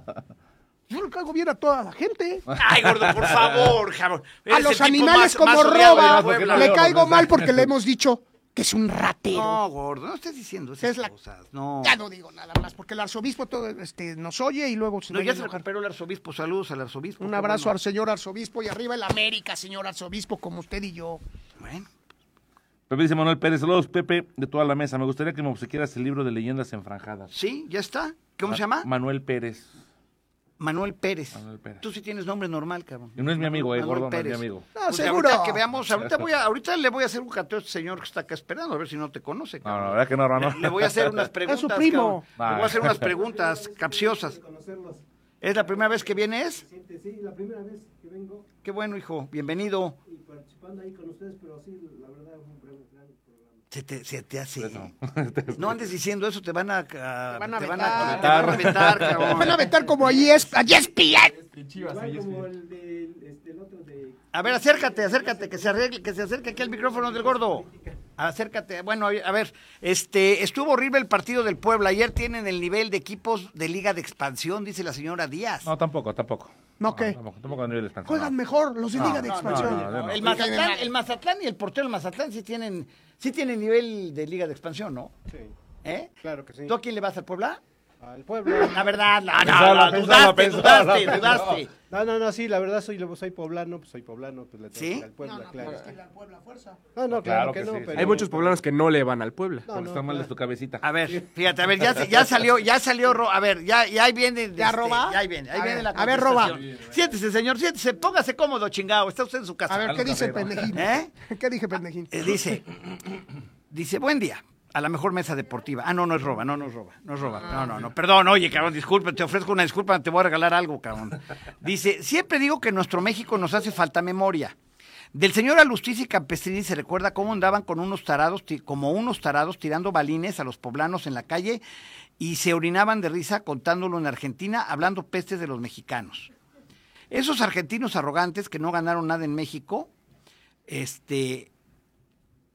Yo le caigo bien a toda la gente. Ay, gordo, por favor, cabrón. A Eres los el tipo animales más- como más odiado de roba, Puebla. le caigo mal porque le hemos dicho que es un ratero. No, gordo, no estés diciendo esas Es la- cosas. No. Ya no digo nada más, porque el arzobispo todo, este, nos oye y luego se No, va a ya se enojar. recuperó el arzobispo. Saludos al arzobispo. Un qué abrazo bueno. al señor arzobispo y arriba el América, señor arzobispo, como usted y yo. Bueno, Pepe dice Manuel Pérez, saludos Pepe de toda la mesa. Me gustaría que me obsequiaras el libro de leyendas enfranjadas. sí, ya está. ¿Cómo se llama? Manuel Pérez. Manuel Pérez. Manuel Pérez. Tú sí tienes nombre normal, cabrón. Y no es mi amigo, eh, Manuel gordo, no es mi Pérez. amigo. No, Pues seguro. ahorita que veamos, ahorita, voy a, ahorita le voy a hacer un cateo a este señor que está acá esperando, a ver si no te conoce. No, cabrón. no, la verdad que no, no, no. Le, le voy a hacer unas preguntas. Es su primo. cabrón. Le voy a hacer unas preguntas capciosas. ¿Es la primera vez que vienes? Sí, la primera vez que vengo Qué bueno, hijo. Bienvenido. y participando ahí con ustedes, pero sí, la verdad es un gran programa. Se te, se te hace. Eso. No andes diciendo eso, te van a, a- Te van a te van vetar. a, te van a vetar, cabrón. Van a vetar como a E S P N. Igual como el del este, el otro de... A ver, acércate, acércate, que se arregle, que se acerque aquí al micrófono del gordo. Acércate. Bueno, a ver, este, estuvo horrible el partido del Puebla. Ayer tienen el nivel de equipos de Liga de Expansión, dice la señora Díaz. No, tampoco, tampoco. ¿No qué? Tampoco, tampoco a nivel de expansión. Juegan no. mejor los de No, Liga de no, Expansión. no, no, no. El Mazatlán, el Mazatlán y el portero del Mazatlán sí tienen, sí tienen nivel de Liga de Expansión, ¿no? Sí, ¿Eh? claro que sí. ¿Tú a quién le vas al Puebla? Al pueblo. La verdad, la, Pensaba, no, no, pensaba, dudaste, pensaba, dudaste, pensaba. dudaste. No, no, no, sí, la verdad soy, soy poblano, pues soy poblano, pues le tengo ¿Sí? que ir al Puebla, claro. Puebla fuerza. No, no, claro, Claro que, que no, sí, pero... Hay muchos poblanos que no le van al Puebla. No, Porque no, está mal de claro. tu cabecita. A ver, fíjate, a ver, ya, se- ya salió, ya salió, Ro- a ver, ya, ya ahí viene. ¿Ya este, roba? Ya ahí viene, ahí A viene ver, la a ver, roba. contestación. Siéntese, señor, siéntese, póngase cómodo, chingado, está usted en su casa. A ver, ¿qué Algo dice el café, ¿no? pendejín? ¿Eh? ¿Qué dije, pendejín? Eh, dice, dice, buen día, a la mejor mesa deportiva. Ah, no, no es roba, no, no es roba, no es roba. No, no, no, perdón, oye, cabrón, disculpe, te ofrezco una disculpa, te voy a regalar algo, cabrón. Dice, siempre digo que en nuestro México nos hace falta memoria. Del señor Alustiz y Campestrini se recuerda cómo andaban con unos tarados, ti- como unos tarados tirando balines a los poblanos en la calle y se orinaban de risa contándolo en Argentina, hablando pestes de los mexicanos. Esos argentinos arrogantes que no ganaron nada en México, este,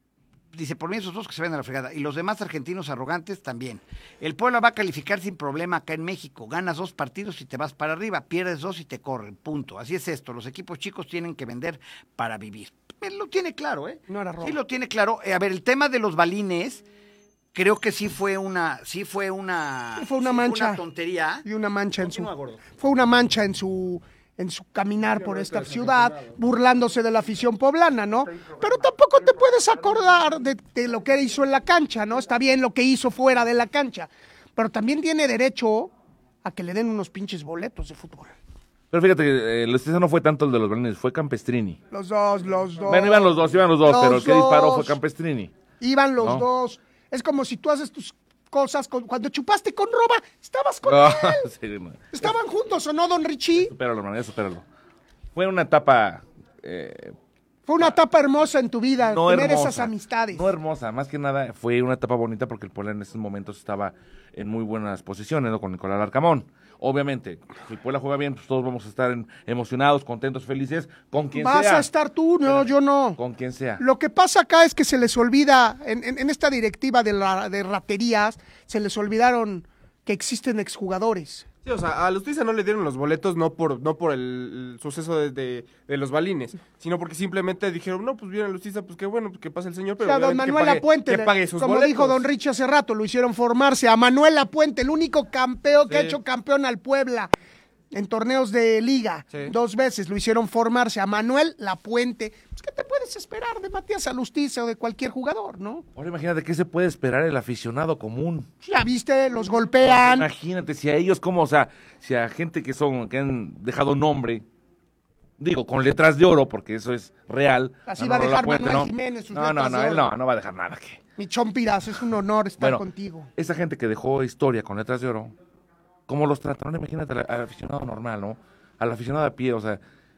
dice, por mí esos dos que se ven a la fregada. Y los demás argentinos arrogantes también. El Puebla va a calificar sin problema acá en México. Ganas dos partidos y te vas para arriba. Pierdes dos y te corren. Punto. Así es esto. Los equipos chicos tienen que vender para vivir. Él lo tiene claro, ¿eh? No era robo. Sí lo tiene claro. Eh, a ver, el tema de los balines, creo que sí fue una, sí fue una, Sí, fue una sí mancha. una tontería. Y una mancha en su... Continúa, gordo. Fue una mancha en su en su caminar por esta ciudad, burlándose de la afición poblana, ¿no? Pero tampoco te puedes acordar de, de lo que hizo en la cancha, ¿no? Está bien lo que hizo fuera de la cancha, pero también tiene derecho a que le den unos pinches boletos de fútbol. Pero fíjate que eh, el estrés no fue tanto el de los balines, fue Campestrini. Los dos, los dos. Bueno, iban los dos, iban los dos, Los pero el que disparó dos. fue Campestrini. Iban los ¿No? dos. Es como si tú haces tus cosas con, cuando chupaste con Roba, estabas con No, él. sí, no. Estaban juntos, ¿o no, don Richie? Supéralo, hermano, ya supéralo. Fue una etapa eh, Fue una etapa hermosa en tu vida, no tener hermosa, esas amistades. No hermosa, más que nada fue una etapa bonita porque el Puebla en esos momentos estaba en muy buenas posiciones, ¿no? Con Nicolás Larcamón. Obviamente, si el Puebla juega bien, pues todos vamos a estar en- emocionados, contentos, felices, con quien Vas sea. a estar tú, no, yo no. Con quien sea. Lo que pasa acá es que se les olvida, en, en- en esta directiva de, la, de raterías, se les olvidaron que existen exjugadores. Sí, o sea, a Lustiza no le dieron los boletos no por no por el, el suceso de, de, de los balines, sino porque simplemente dijeron, no, pues viene Lustiza, pues qué bueno, pues que pase el señor, O pero sea, don obviamente Manuel que pague, Apuente, que le- pague sus como boletos. dijo don Richie hace rato, lo hicieron formarse a Manuel Apuente, el único campeón que ha Sí. hecho campeón al Puebla en torneos de liga, Sí. dos veces lo hicieron formarse a Manuel Lapuente. Pues, ¿qué te puedes esperar de Matías Alustiza o de cualquier jugador, no? Ahora imagínate qué se puede esperar el aficionado común. Ya viste, los golpean. Imagínate si a ellos como, o sea, si a gente que son, que han dejado nombre, digo, con letras de oro, porque eso es real. Así no, va a no, dejar Lapuente, Manuel ¿no? Jiménez sus No, no, letras no, de él oro. no, no va a dejar nada. Que... Mi Chompiras, es un honor estar Bueno, contigo. esa gente que dejó historia con letras de oro, ¿cómo los trataron? Imagínate al, al aficionado normal, ¿no? Al aficionado a pie, o sea,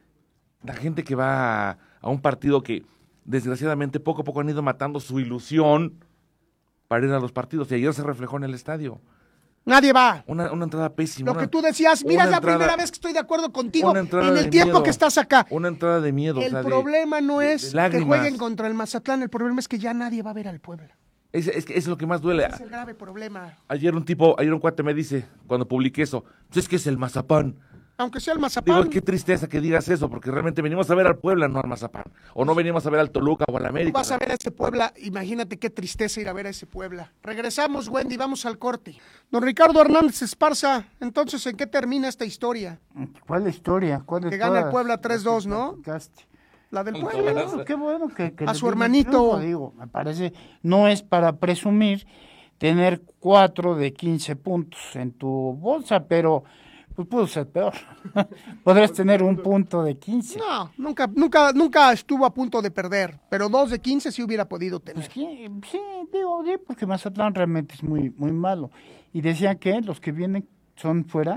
la gente que va a, a un partido que desgraciadamente poco a poco han ido matando su ilusión para ir a los partidos, y ayer se reflejó en el estadio. Nadie va. Una, una entrada pésima. Lo una- que tú decías, mira, una es la entrada- primera vez que estoy de acuerdo contigo una entrada en el de tiempo miedo, que estás acá. Una entrada de miedo. El o sea, de- problema no de- es de que lágrimas. jueguen contra el Mazatlán, el problema es que ya nadie va a ver al Puebla. Es, es, que es lo que más duele. Es el grave problema. Ayer un tipo, ayer un cuate me dice, cuando publiqué eso, pues es que es el Mazapán. Aunque sea el Mazapán. Digo, qué tristeza que digas eso, porque realmente venimos a ver al Puebla, no al Mazapán. O no venimos a ver al Toluca o al Tú América. vas a ver a ese Puebla, imagínate qué tristeza ir a ver a ese Puebla. Regresamos, Wendy, vamos al corte. Don Ricardo Hernández Esparza, entonces, ¿en qué termina esta historia? ¿Cuál historia? ¿Cuál de Que gana el todas? Puebla tres dos, ¿no? Platicaste. La del Puebla. Bueno, qué bueno que, que A le su den el hermanito. triunfo, digo, me parece, no es para presumir tener cuatro de quince puntos en tu bolsa, pero pues pudo ser peor. Podrías tener un punto de quince. No, nunca, nunca, nunca estuvo a punto de perder, pero dos de quince sí hubiera podido tener. Pues que, sí, digo, sí, porque Mazatlán realmente es muy, muy malo. Y decían que los que vienen son fuera,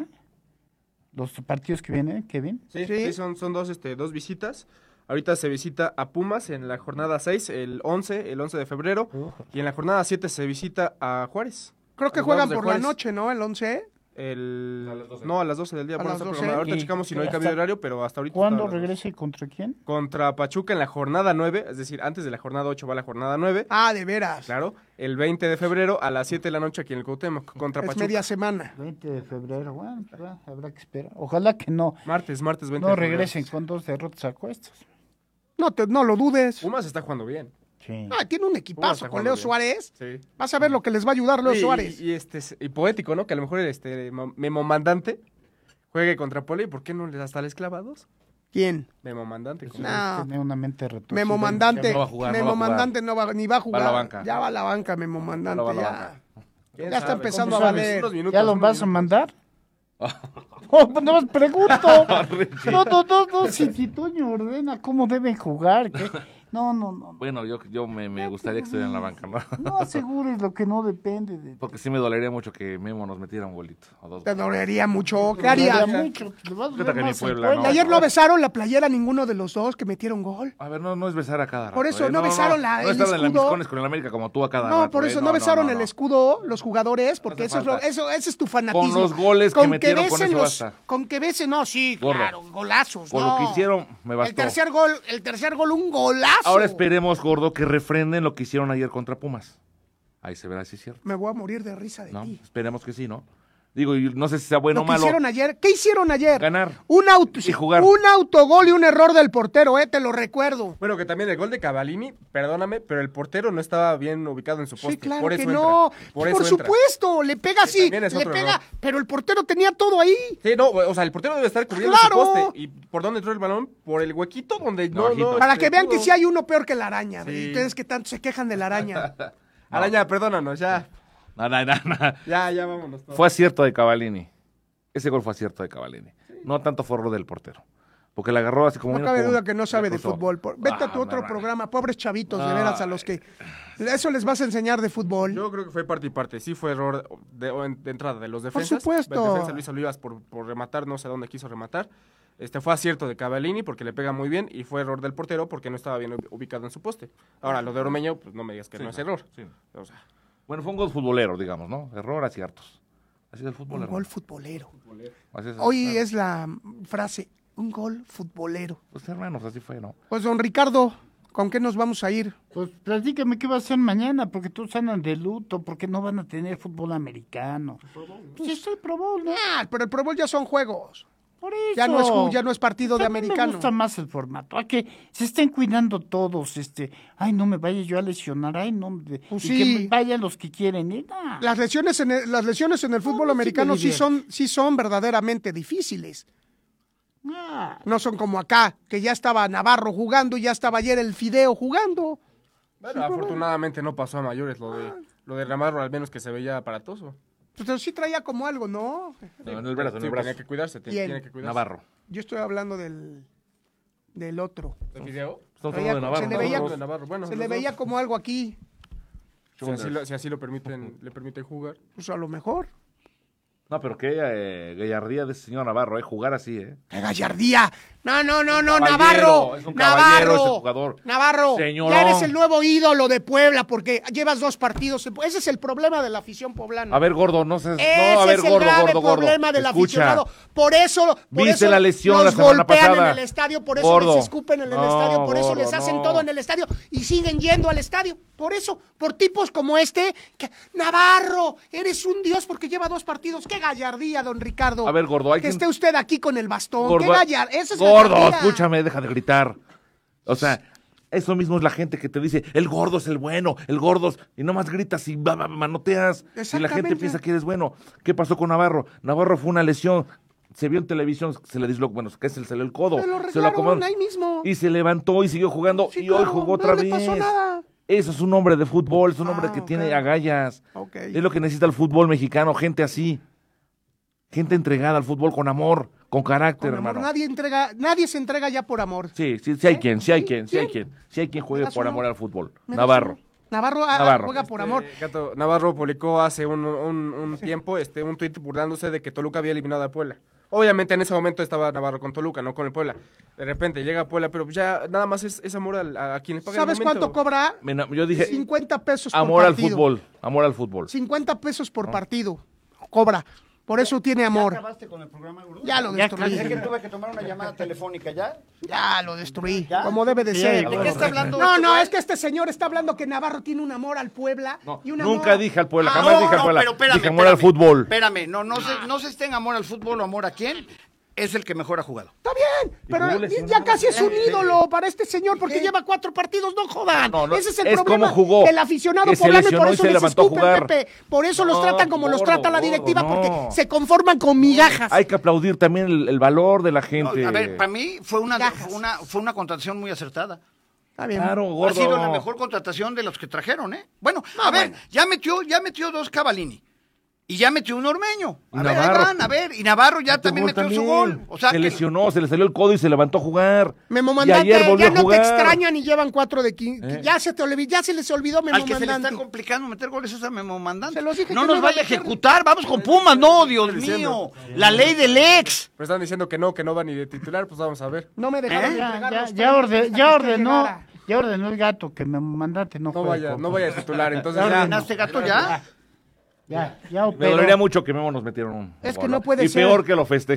los partidos que vienen, Kevin. Sí, Sí. sí, son, son dos, este, dos visitas. Ahorita se visita a Pumas en la jornada seis, el once, el once de febrero. Y en la jornada siete se visita a Juárez. Creo que Los juegan Bravos de por la Juárez. noche, ¿no? El once. El... No, a las doce del día. A Bueno, las está doce. programado. Ahorita Y- checamos si no hay hasta- cambio de horario, pero hasta ahorita. ¿Cuándo está a las doce. regresa y contra quién? Contra Pachuca en la jornada nueve, es decir, antes de la jornada ocho va la jornada nueve. Ah, de veras. Claro, el veinte de febrero a las siete de la noche aquí en el Cuauhtémoc contra Es Pachuca. media semana. veinte de febrero, bueno, pues, va, habrá que esperar. Ojalá que no, Martes, martes veinte no de febrero. regresen con dos derrotas a cuestas. No, te, no lo dudes. Pumas está jugando bien. Sí. Ah, tiene un Pumas equipazo está con jugando Leo bien. Suárez. Sí. Vas a ver lo que les va a ayudar Leo Y- Suárez. Y, y este y poético, ¿no? Que a lo mejor este Mo- Memo Mandante juegue contra Puebla y ¿por qué no les hasta les clavados? ¿Quién? Memo Mandante. con- No. Tiene una mente retorcida. Memo Mandante. No va a jugar, no Memo va a jugar. Mandante no va, ni va a jugar. Va a la banca. Ya va a la banca, Memo Mandante. Va a la ya. banca. ¿Quién Ya está sabe? empezando ¿Cómo a sabes? valer. Unos minutos, ¿Ya lo unos vas a minutos. mandar? Oh, pues no más pregunto. No, no, no, no, si, si Toño ordena cómo deben jugar. ¿qué? No, no, no. Bueno, yo, yo me, me gustaría que estuviera en la banca, ¿no? No asegures lo que no depende de ti. Porque sí me dolería mucho que Memo nos metiera un golito. O dos. Te dolería mucho. ¿Qué Te haría? daría mucho, le vas a Fíjate ver que ni más el Puebla, Puebla. ¿no? Y ayer no besaron la playera ninguno de los dos que metieron gol. A ver, no, no es besar a cada rato. Por eso, ¿eh? no besaron la- No el estaban en la escudo. Miscones con el América como tú a cada No, rato. por ¿eh? eso no, besaron el no. escudo los jugadores, porque No hace eso es lo, falta. eso, ese es tu fanatismo. Con los goles que metieron, con besen eso los- basta. Con que besen, no, sí, Gordo. claro, golazos, Con no. lo que hicieron, me bastó. El tercer gol, el tercer gol, un golazo. juegazo. Ahora esperemos, gordo, que refrenden lo que hicieron ayer contra Pumas. Ahí se verá si es cierto. Me voy a morir de risa de ¿No? ti. Esperemos que sí, ¿no? Digo, y no sé si sea bueno Lo o que malo. hicieron ayer, ¿qué hicieron ayer? Ganar. Un auto, Y jugar. Un autogol y un error del portero, eh, te lo recuerdo. Bueno, que también el gol de Cavallini, perdóname, pero el portero no estaba bien ubicado en su poste. Sí, claro por eso que entra. no. Por, Por, eso entra. supuesto, le pega Que así, también es le otro pega, error. pero el portero tenía todo ahí. Sí, no, o sea, el portero debe estar cubriendo ¡Claro! su poste. ¿Y por dónde entró el balón? Por el huequito donde no, bajito. no. Para este, que vean que pudo. sí hay uno peor que la araña. Sí. Y ustedes que tanto se quejan de la araña. Araña, perdónanos, ya. No, no, no, no. Ya, ya vámonos. todos. Fue acierto de Cavallini. Ese gol fue acierto de Cavallini. No tanto fue error del portero. Porque la agarró así como... No vino, cabe pum, duda que no sabe de le cruzó. fútbol. Por- Vete a tu Ah, otro no, programa, pobres chavitos, de No. veras, a los que... Eso les vas a enseñar de fútbol. Yo creo que fue parte y parte. Sí fue error de, de entrada de los defensas. supuesto. El defensa Luis Olivas por, por rematar, no sé dónde quiso rematar. Este fue acierto de Cavallini porque le pega muy bien y fue error del portero porque no estaba bien ubicado en su poste. Ahora, lo de Ormeño, pues no me digas que Sí, no es no, error. sí. O sea, Bueno, fue un gol futbolero, digamos, ¿no? Error, aciertos. Así es el fútbol, Un hermano. gol futbolero. Así es, Hoy claro. es la frase, un gol futbolero. Pues hermanos, así fue, ¿no? Pues don Ricardo, ¿con qué nos vamos a ir? Pues platícame qué va a hacer mañana, porque todos andan de luto, porque no van a tener fútbol americano. Pues es el Pro Bowl, ¿no? Ah, pero el Pro Bowl ya son juegos. Por eso. Ya no es, ju- ya no es partido de A mí americano. Me gusta más el formato. A que se estén cuidando todos, este, ay, no me vaya yo a lesionar, ay, no, me- Pues y sí. que me vayan los que quieren ir. Ah. Las lesiones en el, las lesiones en el fútbol sí americano me sí divierte. son, sí son verdaderamente difíciles. Ah. No son como acá, que ya estaba Navarro jugando y ya estaba ayer el Fideo jugando. bueno, afortunadamente no pasó a mayores lo de lo de Navarro, al menos que se veía aparatoso. Pues sí traía como algo, ¿no? No, en el brazo, en Sí, el brazo. tenía que cuidarse, te- ¿Quién? tiene que cuidarse. Navarro. Yo estoy hablando del, del otro. ¿De video? Estamos Traía- hablando de Navarro. se le ¿no? veía, Hablando de Navarro, bueno, se los le dos. veía como algo aquí. Si así lo, si así lo permiten, le permiten jugar. Pues a lo mejor. No, pero qué eh, gallardía de ese señor Navarro, ¿eh? Jugar así, ¿eh? ¡Qué gallardía! No, no, no, no, caballero, Navarro. es un caballero Navarro. ese jugador. Navarro. Señorón. Ya eres el nuevo ídolo de Puebla porque llevas dos partidos. Ese es el problema de la afición poblana. A ver, gordo, no seas... Ese no, a ver, es el gordo, grave gordo, gordo. problema del Escucha. aficionado. Por eso, por ¿Viste eso la lesión los la semana golpean pasada? en el estadio, por eso Gordo. les escupen en el No, estadio, por eso gordo, les hacen no. todo en el estadio y siguen yendo al estadio. Por eso, por tipos como este, que, Navarro, eres un dios porque lleva dos partidos. ¡Qué gallardía, don Ricardo! A ver, gordo, hay que que- esté usted aquí con el bastón. Gordo, ¡Qué gallardía! Eso es gordo, gallardía. escúchame, deja de gritar. O sea, eso mismo es la gente que te dice, el gordo es el bueno, el gordo es... Y nomás gritas y va, va, manoteas. Y la gente Exactamente. piensa que eres bueno. ¿Qué pasó con Navarro? Navarro fue una lesión. Se vio en televisión, se le dislocó, bueno, que se le salió el codo. Se lo se arreglaron acomodaron. ahí mismo. Y se levantó y siguió jugando. Sí, y hoy claro, jugó no otra le vez. pasó nada. Eso es un hombre de fútbol, es un hombre Ah, que ok. tiene agallas. Ok. Es lo que necesita el fútbol mexicano, gente así. Gente entregada al fútbol con amor, con carácter, Con amor, hermano. nadie, entrega, nadie se entrega ya por amor. Sí, sí, sí hay ¿Eh? quien, sí hay Sí, quien, sí hay ¿quién? quien. Sí hay quien ¿Me juegue das por uno? amor al fútbol. ¿Me das Navarro. uno? Navarro, ah, Navarro. juega por amor. Eh, Gato, Navarro publicó hace un, un- un tiempo este, un tuit burlándose de que Toluca había eliminado a Puebla. Obviamente en ese momento estaba Navarro con Toluca, no con el Puebla. De repente llega a Puebla, pero ya nada más es, es amor al- a, a quienes pagan ¿Sabes el momento. cuánto cobra? Me ena- Yo dije, cincuenta pesos por amor al partido. fútbol, amor al fútbol. cincuenta pesos por partido. Cobra. Por eso tiene amor. ¿Ya acabaste con el programa, Gurú? Ya lo Ya destruí. Es que tuve que tomar una llamada telefónica, ¿ya? Ya lo destruí. ¿Ya? Como debe de Sí, ser. ¿De qué está hablando? No, este no, güey? es que este señor está hablando que Navarro tiene un amor al Puebla. No, y un nunca amor- dije al Puebla, Ah, jamás no, dije al no, Puebla. pero espérame, dije amor al espérame. fútbol. Espérame, no, no se, no se estén amor al fútbol o amor a quién. Es el que mejor ha jugado. Está bien, pero jugó lesionado. ya casi es un Sí. ídolo para este señor porque Sí. lleva cuatro partidos, no jodan. No, no, Ese es el es problema como jugó, del aficionado que se poblano y lesionó por y eso se les levantó a escupen, jugar. Pepe. Por eso los No, tratan como los gordo, trata la gordo, directiva no. porque se conforman con migajas. Hay que aplaudir también el, el valor de la No, gente. a ver, para mí fue una, Cajas. fue una fue una contratación muy acertada. Está bien. Claro, Ha gordo. sido la mejor contratación de los que trajeron, ¿eh? Bueno, No, a ver, bueno. ya metió ya metió dos Cavallini. Y ya metió un Ormeño. A Y ver, ahí Navarro. van, a ver. Y Navarro ya Metió también gol metió su también. gol. O sea, se que- lesionó, se le salió el codo y se levantó a jugar. Memo y Mandante, ayer volvió ya a no te jugar. extrañan y llevan cuatro de quince. Eh. Ya se te olvidó, ya se les olvidó Memo al que se le Mandante. está complicando meter goles es a Memo Mandante. Se los dije no que nos no iba a vaya a meter. ejecutar. Vamos con Pumas. No, Dios Estoy mío. diciendo. La ley del ex. Pero están diciendo que no, que no va ni de titular, pues vamos a ver. No me dejaron ¿Eh? Ya, entregar ya, los ya, premios orde- hasta que ya usted ordenó, llegara. ya ordenó el gato que me mandate no No juegue, vaya, compa. no vaya a titular, entonces Ya ya. ¿Ordenaste gato ya? Ya, ya Me operó. dolería mucho que Memo nos metiera un Es que gol, no puede y ser. peor que lo festeje.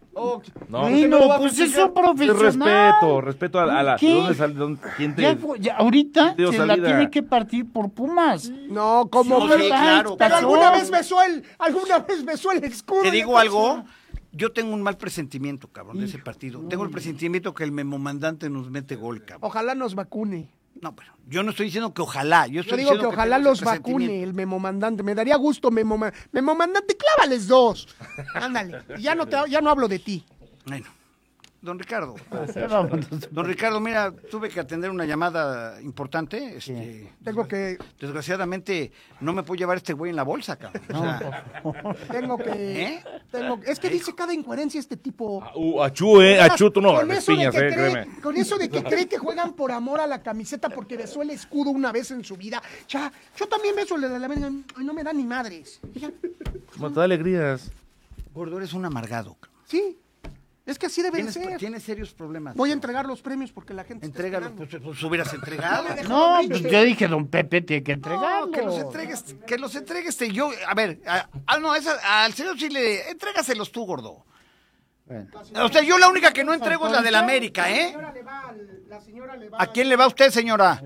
Oh, No, Sí, no no, va a pues es justificar. un profesional. respeto, respeto a, a la... ¿Qué? ¿Dónde sale? dónde- ¿Quién te...? Ya, fue- ya, ahorita dio se la salida? tiene que partir por Pumas. No, como Sí, sí, claro, pero pasó. alguna vez besó el, alguna vez besó el escudo. Te y digo entonces- algo, yo tengo un mal presentimiento, cabrón, de ese partido. Tengo el presentimiento que el memomandante nos mete gol, cabrón. Ojalá nos vacune. No, pero yo no estoy diciendo que ojalá, yo Yo estoy digo que diciendo ojalá tengo los ese vacune presentimiento. el memomandante. Me daría gusto, memoma- memomandante, clávales dos. Ándale. Y ya no te, ya no hablo de ti. Bueno, don Ricardo. Ya vámonos. Don Ricardo, mira, tuve que atender una llamada importante. Este, Tengo que, Desgraciadamente, no me puedo llevar este güey en la bolsa, cabrón. O sea, tengo que, ¿Eh? tengo, es que dice cada incoherencia este tipo. Uh, achú, eh, achú, tú no, con eso, de espiñas, que eh, cree, créeme. con eso de que cree que juegan por amor a la camiseta porque besó el escudo una vez en su vida. Ya, yo también beso el de la América y no me da ni madres. Ya, Como te da alegrías. gordo, eres un amargado, cabrón. sí, es que así debe de Tienes, ser. tienes serios problemas. Voy a cabrón. entregar los premios porque la gente está Entrégalo, esperando. pues, pues hubieras entregado. No, pues yo dije, don Pepe tiene que No, entregarlo. que los entregues, que los entregues te- yo, a ver, a- ah no, esa, al señor sí le, entrégaselos tú, gordo. Bueno. O sea, yo la única que no entrego es la del América, ¿eh? La señora le va al- la señora le va ¿A quién le va usted, señora?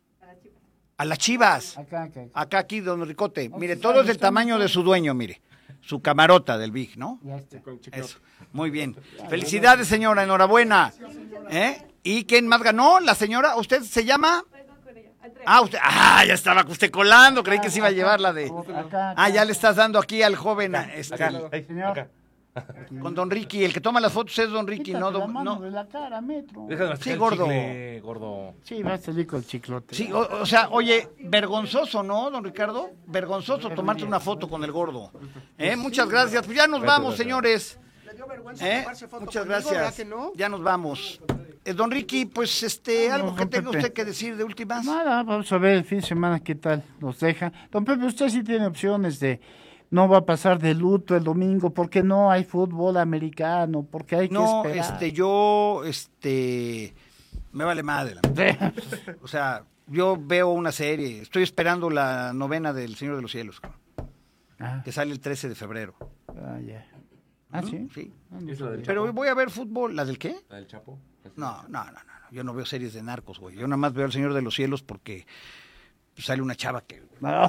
A las Chivas. Acá, acá. Acá, aquí, don Ricote. Mire, todo es del tamaño de su dueño, mire. Su camarota del Big, ¿no? Ya está. Eso. Muy bien. Felicidades, señora, enhorabuena. ¿Eh? ¿Y quién más ganó? La señora, ¿usted se llama? Ah, usted, ah, ya estaba usted colando, creí que se iba a llevar la de... Acá, acá. Ah, ya le estás dando aquí al joven, este, Ay, Señor. acá. con don Ricky. El que toma las fotos es don Ricky, Quítate no, la don- mano no. de la cara, metro. Deja de masticar Sí, el gordo. chicle, gordo. Sí, va a salir con el chiclote. Sí, o, o sea, oye, vergonzoso, ¿no, don Ricardo? Vergonzoso tomarte una foto con el gordo. ¿Eh? Muchas gracias. Pues ya nos vamos, señores. Le dio vergüenza ¿Eh? tomarse foto Muchas conmigo, ¿verdad gracias. que no? Ya nos vamos. Eh, don Ricky, pues este, algo No, que don tenga Pepe. usted que decir de últimas. Nada, vamos a ver el fin de semana qué tal nos deja. Don Pepe, usted sí tiene opciones de no va a pasar de luto el domingo porque no hay fútbol americano, porque hay No, que esperar. este, yo, este, me vale madre. la- O sea, yo veo una serie, estoy esperando la novena del Señor de los Cielos, cabrón, Ah, que sale el trece de febrero. ah, ya. Ah, sí. Sí. Ah, no ¿Es la del sabía. Pero voy a ver fútbol, ¿la del qué? ¿La del Chapo? No, no, no, no, no, yo no veo series de narcos, güey. Yo nada más veo al Señor de los Cielos porque pues, sale una chava que...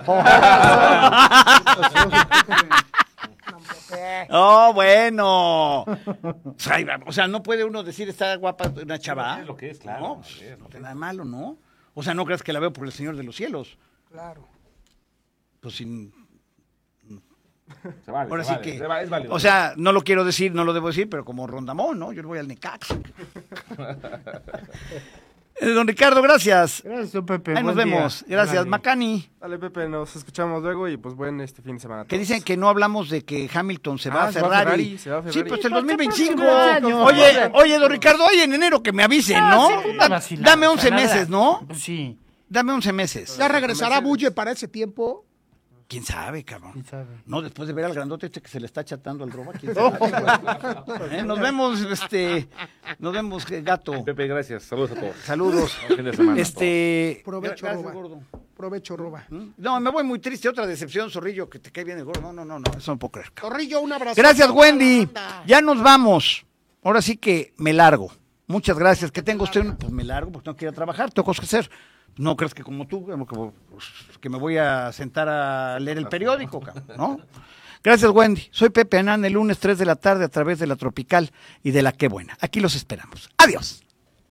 Oh, bueno. O sea, o sea, no puede uno decir está guapa una chava. Es lo que es, claro. No, pues, no tiene nada de malo, ¿no? O sea, no creas que la veo por el Señor de los Cielos. Claro. Pues sin... Se vale, Ahora se sí vale, que... se vale, es válido. O sea, no lo quiero decir, no lo debo decir, pero como Rondamón, ¿no? Yo le voy al Necaxa. Eh, Don Ricardo, gracias. Gracias, don Pepe. Ahí nos buen día. vemos. Gracias. Órale. Macani, Dale, Pepe, nos escuchamos luego y pues buen este fin de semana. a que todos. dicen que no hablamos de que Hamilton se va Ah, a se va a Ferrari. Ferrari, se va a Sí, Ferrari. pues el Sí, dos mil veinticinco. próximo año. Oye, oye, don Ricardo, oye, en enero que me avisen, Ah, ¿no? sí, una Da- vacilada, Dame once nada. meses, ¿no? Pues sí, Dame once meses. ¿Ya regresará Bulle para ese tiempo? ¿Quién sabe, cabrón? quién sabe. No, después de ver al grandote este que se le está chatando al roba, ¿quién sabe? güey? Eh, Nos vemos, este, nos vemos, eh, gato. Pepe, gracias. Saludos a todos. Saludos. Buen fin de semana a Este, Provecho, gracias, Roba. gordo. Provecho, Roba. No, me voy muy triste. Otra decepción, Zorrillo, que te cae bien el gordo. No, no, no, no, eso no puedo creer. Corrillo, un abrazo. Gracias, Wendy. Ya nos vamos. Ahora sí que me largo. Muchas gracias. Que tenga usted un... Pues me largo porque tengo que ir a trabajar, tengo cosas que hacer. No crees que como tú, como que, pues, que me voy a sentar a leer el periódico, cabrón, ¿no? Gracias, Wendy. Soy Pepe Anán, el lunes tres de la tarde a través de la Tropical y de la Qué Buena. Aquí los esperamos. Adiós.